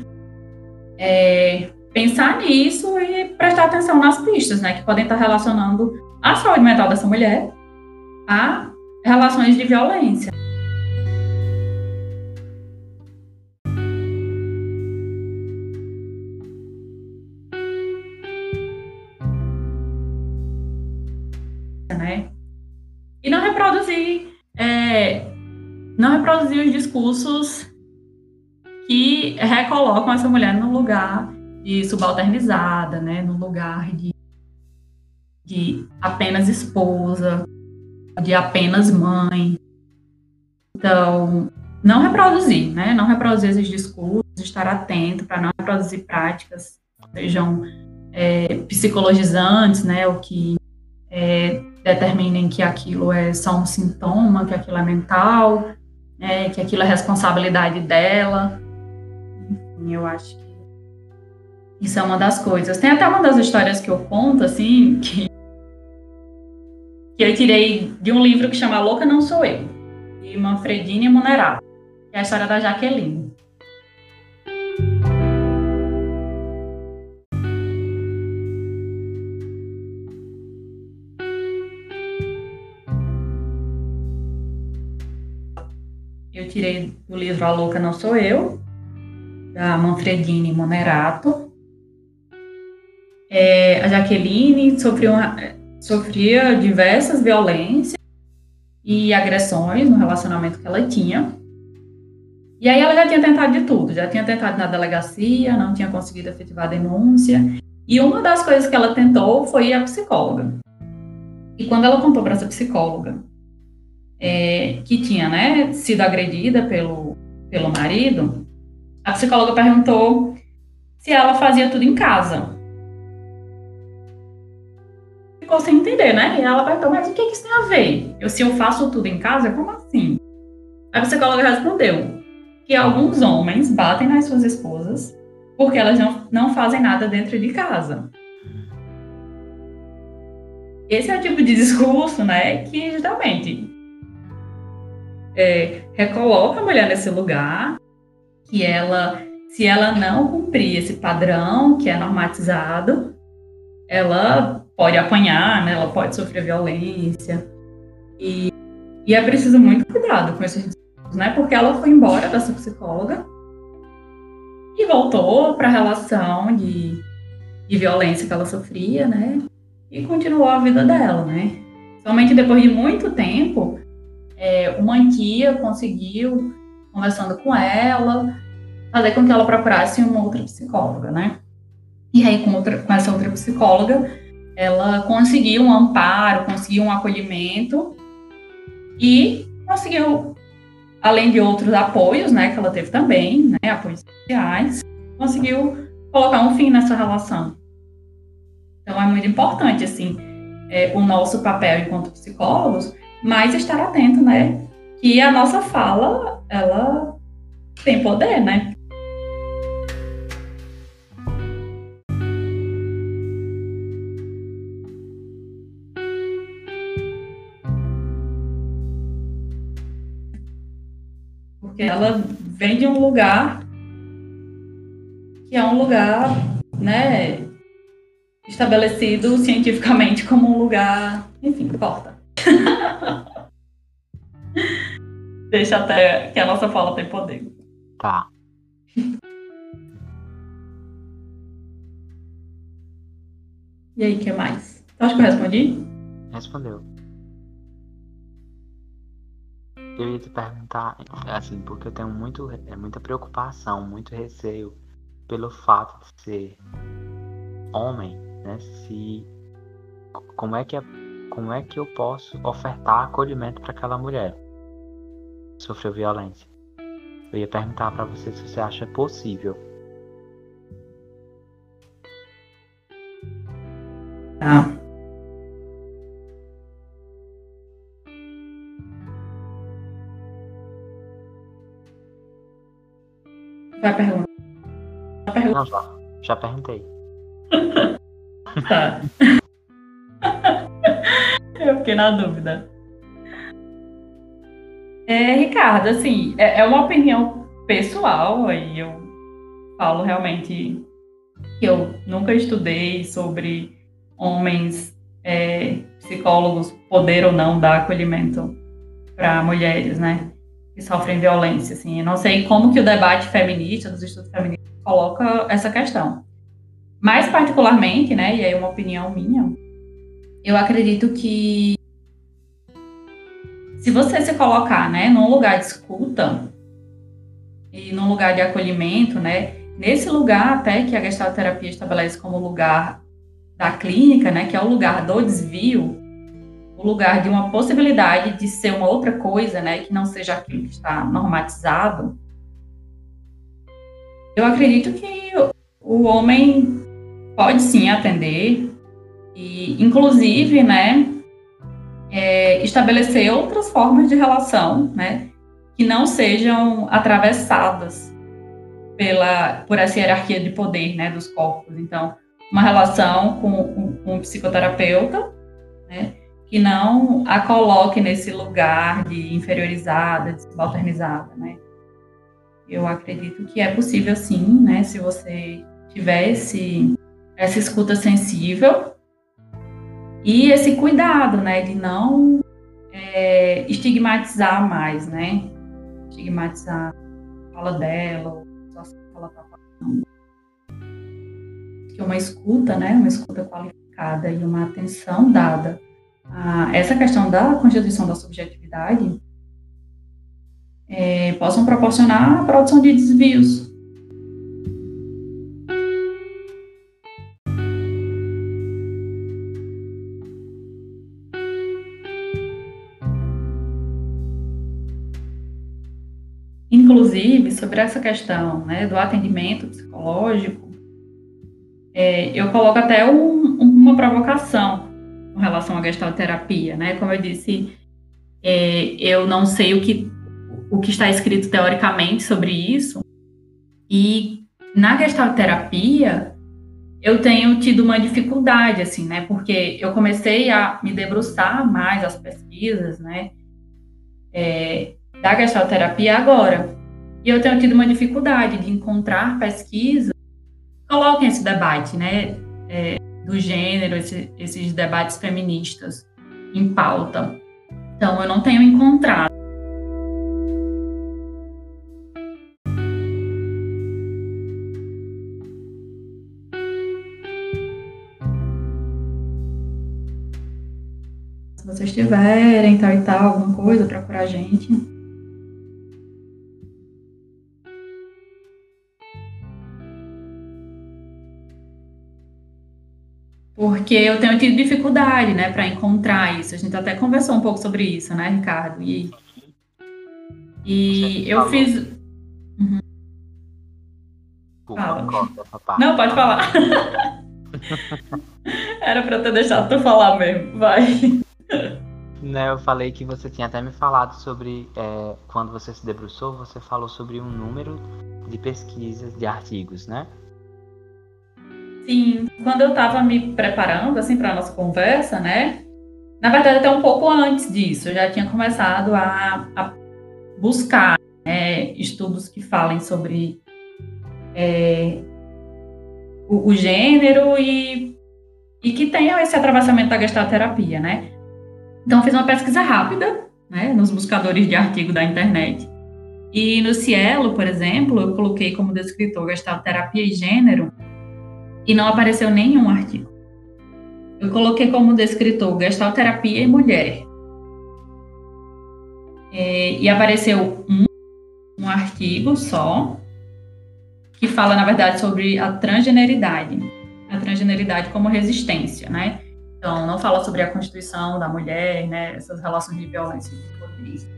pensar nisso e prestar atenção nas pistas, né, que podem estar relacionando a saúde mental dessa mulher a relações de violência. Né? E não reproduzir os discursos que recolocam essa mulher no lugar de subalternizada, né? No lugar de apenas esposa, de apenas mãe. Então, não reproduzir, né? Não reproduzir esses discursos, estar atento para não reproduzir práticas que sejam psicologizantes, né? O que determinem que aquilo é só um sintoma, que aquilo é mental, que aquilo é responsabilidade dela. Enfim, eu acho que isso é uma das coisas. Tem até uma das histórias que eu conto, assim, que eu tirei de um livro que chama Louca Não Sou Eu, de Manfredini Munerato, que é a história da Jaqueline. Eu tirei do livro A Louca Não Sou Eu, da Manfredini Munerato. A Jaqueline sofria diversas violências e agressões no relacionamento que ela tinha. E aí ela já tinha tentado de tudo, já tinha tentado na delegacia, não tinha conseguido efetivar a denúncia. E uma das coisas que ela tentou foi ir à psicóloga. E quando ela contou para essa psicóloga que tinha, né, sido agredida pelo marido, a psicóloga perguntou se ela fazia tudo em casa. Ficou sem entender, né? E ela perguntou, mas o que isso tem a ver? Se eu faço tudo em casa, como assim? A psicóloga respondeu que alguns homens batem nas suas esposas porque elas não fazem nada dentro de casa. Esse é o tipo de discurso, né, que justamente recoloca a mulher nesse lugar, que se ela não cumprir esse padrão que é normatizado, ela pode apanhar, né, ela pode sofrer violência. E é preciso muito cuidado com esses discursos, né, porque ela foi embora dessa psicóloga e voltou para a relação de violência que ela sofria, né, e continuou a vida dela, né. Somente depois de muito tempo, uma tia conseguiu, conversando com ela, fazer com que ela procurasse uma outra psicóloga, né? E aí, com essa outra psicóloga, ela conseguiu um amparo, conseguiu um acolhimento e conseguiu, além de outros apoios, né, que ela teve também, né, apoios sociais, conseguiu colocar um fim nessa relação. Então, é muito importante, assim, o nosso papel enquanto psicólogos, mas estar atento, né, que a nossa fala, ela tem poder, né? Porque ela vem de um lugar que é um lugar, né, estabelecido cientificamente como um lugar, enfim, corta. Deixa até que a nossa fala tem poder. Tá. E aí, o que mais? Tu acha que eu respondi? Respondeu. Eu ia te perguntar, assim, porque eu tenho muita preocupação, muito receio pelo fato de ser homem, né? Como é que eu posso ofertar acolhimento para aquela mulher que sofreu violência? Eu ia perguntar para você se você acha possível. Tá. Vai perguntar? Não, já perguntei. Tá. Eu fiquei na dúvida. Ricardo, assim, é uma opinião pessoal, aí eu falo realmente que eu nunca estudei sobre homens psicólogos poder ou não dar acolhimento para mulheres, né, que sofrem violência, assim. Eu não sei como que o debate feminista, dos estudos feministas, coloca essa questão. Mais particularmente, né, e aí uma opinião minha, eu acredito que se você se colocar, né, num lugar de escuta e num lugar de acolhimento, né, nesse lugar até que a gestalterapia estabelece como lugar da clínica, né, que é o lugar do desvio, o lugar de uma possibilidade de ser uma outra coisa, né, que não seja aquilo que está normatizado, eu acredito que o homem pode sim atender e, inclusive, né, estabelecer outras formas de relação, né, que não sejam atravessadas por essa hierarquia de poder, né, dos corpos. Então, uma relação com um psicoterapeuta, né, que não a coloque nesse lugar de inferiorizada, de subalternizada, né. Eu acredito que é possível sim, né, se você tivesse essa escuta sensível e esse cuidado, né, de não estigmatizar mais, né, estigmatizar a fala dela, ou a situação que ela está passando. Que uma escuta, né, uma escuta qualificada e uma atenção dada a essa questão da constituição da subjetividade possam proporcionar a produção de desvios. Inclusive, sobre essa questão, né, do atendimento psicológico, eu coloco até uma provocação com relação à gestalterapia, né? Como eu disse, eu não sei o que está escrito teoricamente sobre isso, e na gestalterapia eu tenho tido uma dificuldade, assim, né? Porque eu comecei a me debruçar mais as pesquisas, né, da gestalterapia agora. E eu tenho tido uma dificuldade de encontrar pesquisas que coloquem esse debate, né, do gênero, esses debates feministas em pauta. Então, eu não tenho encontrado. Se vocês tiverem, tal e tal, alguma coisa, procurar a gente. Porque eu tenho tido dificuldade, né, para encontrar isso. A gente até conversou um pouco sobre isso, né, Ricardo? E eu fiz... Uhum. Não, pode falar. Era para eu ter deixado tu falar mesmo. Vai. Né, eu falei que você tinha até me falado sobre, quando você se debruçou, você falou sobre um número de pesquisas, de artigos, né? Sim, quando eu estava me preparando, assim, para a nossa conversa, né? Na verdade, até um pouco antes disso, eu já tinha começado a buscar estudos que falem sobre o gênero e que tenham esse atravessamento da gestalterapia, né? Então, eu fiz uma pesquisa rápida, né, nos buscadores de artigo da internet. E no Cielo, por exemplo, eu coloquei como descritor gestalterapia e gênero e não apareceu nenhum artigo. Eu coloquei como descritor gestalterapia e mulher. E apareceu um artigo só, que fala, na verdade, sobre a transgeneridade como resistência, né? Então, não fala sobre a constituição da mulher, né? Essas relações de violência de poderes.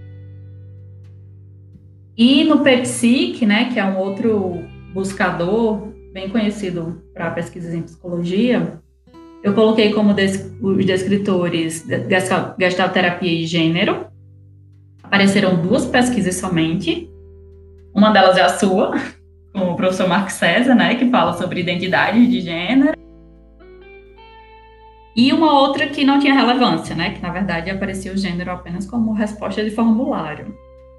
E no PPSIC, né, que é um outro buscador bem conhecido para pesquisas em psicologia, eu coloquei como os descritores gestalterapia e gênero. Apareceram 2 pesquisas somente. Uma delas é a sua, com o professor Marco César, né, que fala sobre identidade de gênero. E uma outra que não tinha relevância, né, que na verdade aparecia o gênero apenas como resposta de formulário.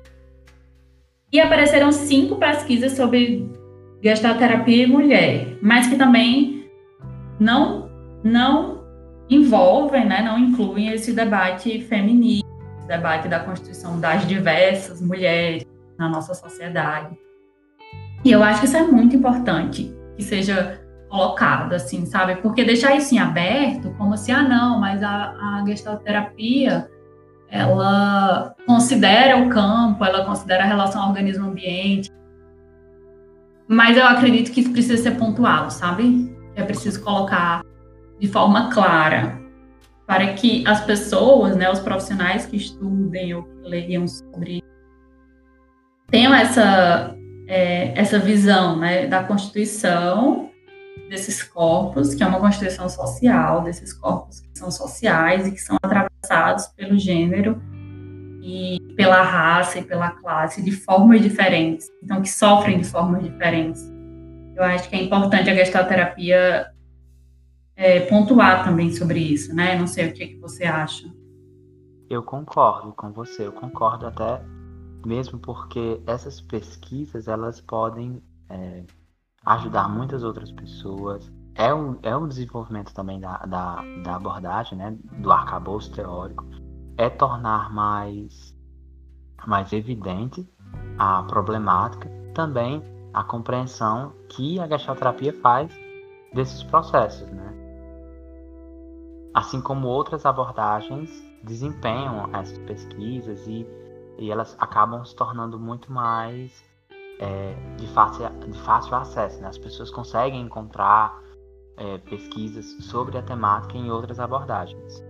E apareceram 5 pesquisas sobre gestalterapia e mulher, mas que também não envolvem, né, não incluem esse debate feminista, esse debate da constituição das diversas mulheres na nossa sociedade. E eu acho que isso é muito importante, que seja colocado, assim, sabe? Porque deixar isso em aberto, como se, não, mas a gestalterapia, ela considera o campo, ela considera a relação organismo-ambiente, mas eu acredito que isso precisa ser pontuado, sabe? É preciso colocar de forma clara, para que as pessoas, né, os profissionais que estudem ou que leiam sobre, tenham essa visão, né, da constituição desses corpos, que é uma constituição social, desses corpos que são sociais e que são atravessados pelo gênero e pela raça e pela classe de formas diferentes, então que sofrem de formas diferentes. Eu acho que é importante a gestalterapia pontuar também sobre isso, né? Não sei o que você acha. Eu concordo com você, eu concordo até mesmo porque essas pesquisas, elas podem ajudar muitas outras pessoas. É um desenvolvimento também da abordagem, né? Do arcabouço teórico. É tornar mais evidente a problemática, também a compreensão que a gestalterapia faz desses processos, né? Assim como outras abordagens desempenham essas pesquisas e elas acabam se tornando muito mais de fácil acesso, né? As pessoas conseguem encontrar pesquisas sobre a temática em outras abordagens.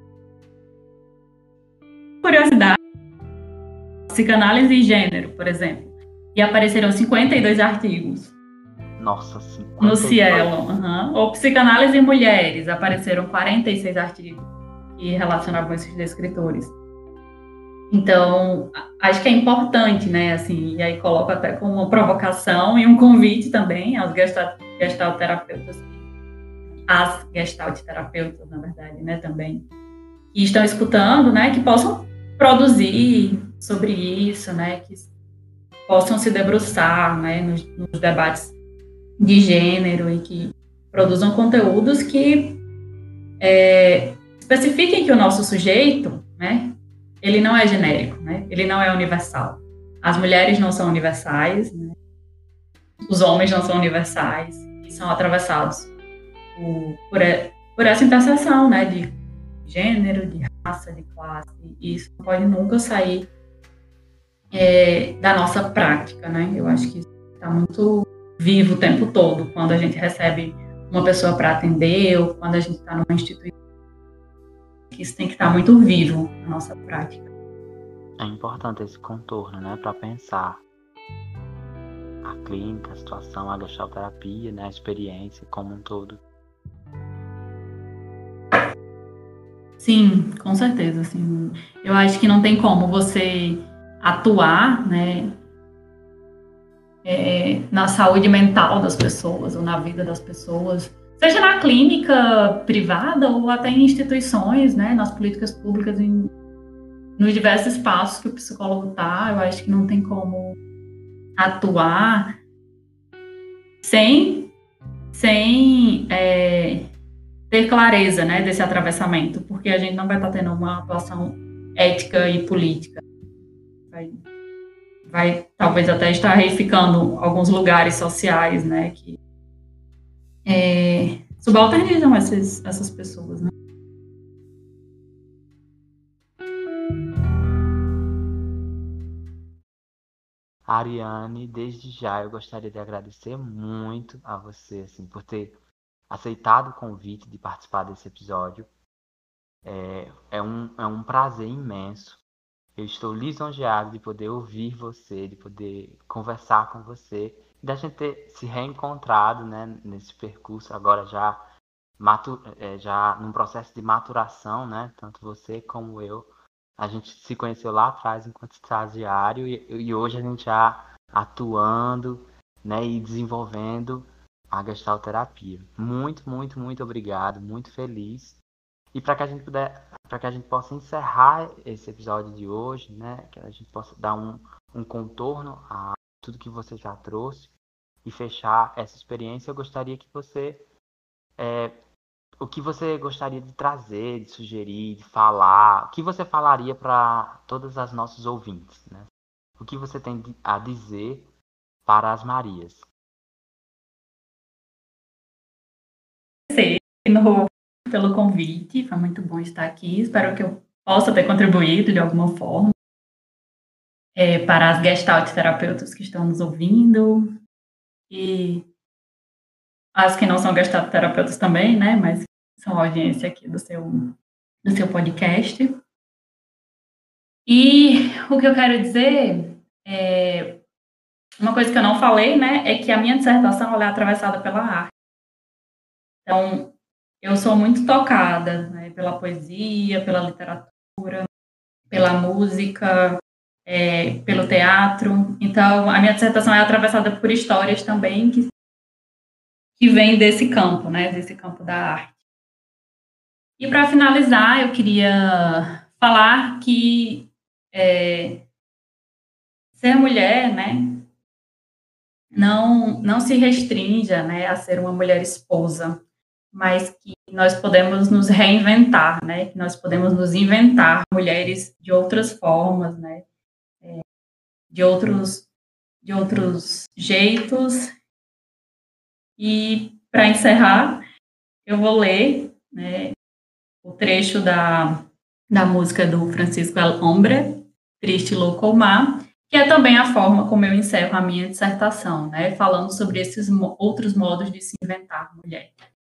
Curiosidade, psicanálise e gênero, por exemplo, e apareceram 52 artigos. Nossa, 52. No Cielo. Ou psicanálise e mulheres, apareceram 46 artigos que relacionavam esses escritores. Então, acho que é importante, né, assim, e aí coloco até como uma provocação e um convite também aos gestalterapeutas, às gestalterapeutas, na verdade, né, também, que estão escutando, né, que possam produzir sobre isso, né, que possam se debruçar, né, nos debates de gênero e que produzam conteúdos que especifiquem que o nosso sujeito, né, ele não é genérico, né, ele não é universal. As mulheres não são universais, né, os homens não são universais e são atravessados por essa interseção, né, de gênero, de raça, de classe, e isso não pode nunca sair da nossa prática, né? Eu acho que isso está muito vivo o tempo todo, quando a gente recebe uma pessoa para atender ou quando a gente está numa instituição. Isso tem que estar muito vivo na nossa prática. É importante esse contorno, né, para pensar a clínica, a situação, a gestalterapia, né, a experiência como um todo. Sim, com certeza. Assim, eu acho que não tem como você atuar, né, na saúde mental das pessoas ou na vida das pessoas, seja na clínica privada ou até em instituições, né, nas políticas públicas, nos diversos espaços que o psicólogo está. Eu acho que não tem como atuar sem ter clareza, né, desse atravessamento, porque a gente não vai estar tendo uma atuação ética e política. Vai talvez até estar reificando alguns lugares sociais, né, que subalternizam essas pessoas, né? Ariane, desde já eu gostaria de agradecer muito a você, assim, por ter aceitado o convite de participar desse episódio. É um prazer imenso. Eu estou lisonjeado de poder ouvir você, de poder conversar com você, da gente ter se reencontrado, né, nesse percurso agora já num processo de maturação, né, tanto você como eu. A gente se conheceu lá atrás enquanto estagiário e hoje a gente já atuando né, e desenvolvendo a gestalterapia. Muito, muito, muito obrigado, muito feliz. E para que a gente possa encerrar esse episódio de hoje, né, que a gente possa dar um contorno a tudo que você já trouxe e fechar essa experiência, eu gostaria que você o que você gostaria de trazer, de sugerir, de falar, o que você falaria para todas as nossos ouvintes, né? O que você tem a dizer para as Marias? Pelo convite, foi muito bom estar aqui. Espero que eu possa ter contribuído de alguma forma para as gestalt terapeutas que estão nos ouvindo e as que não são gestalt terapeutas também, né? Mas são audiência aqui do seu podcast. E o que eu quero dizer uma coisa que eu não falei, né, é que a minha dissertação ela é atravessada pela arte. Então, eu sou muito tocada, né, pela poesia, pela literatura, pela música, pelo teatro. Então, a minha dissertação é atravessada por histórias também que vêm desse campo, né, desse campo da arte. E para finalizar, eu queria falar que ser mulher, né, não se restrinja, né, a ser uma mulher esposa, mas que nós podemos nos reinventar, né, que nós podemos nos inventar mulheres de outras formas, né, de outros jeitos. E para encerrar, eu vou ler, né, o trecho da música do Francisco El Hombre, Triste Louco Mar, que é também a forma como eu encerro a minha dissertação, né, falando sobre esses outros modos de se inventar mulher.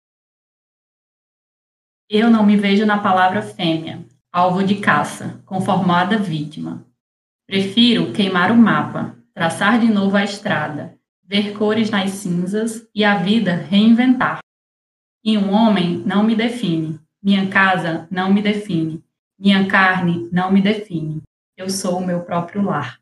Eu não me vejo na palavra fêmea, alvo de caça, conformada vítima. Prefiro queimar o mapa, traçar de novo a estrada, ver cores nas cinzas e a vida reinventar. E um homem não me define, minha casa não me define, minha carne não me define. Eu sou o meu próprio lar.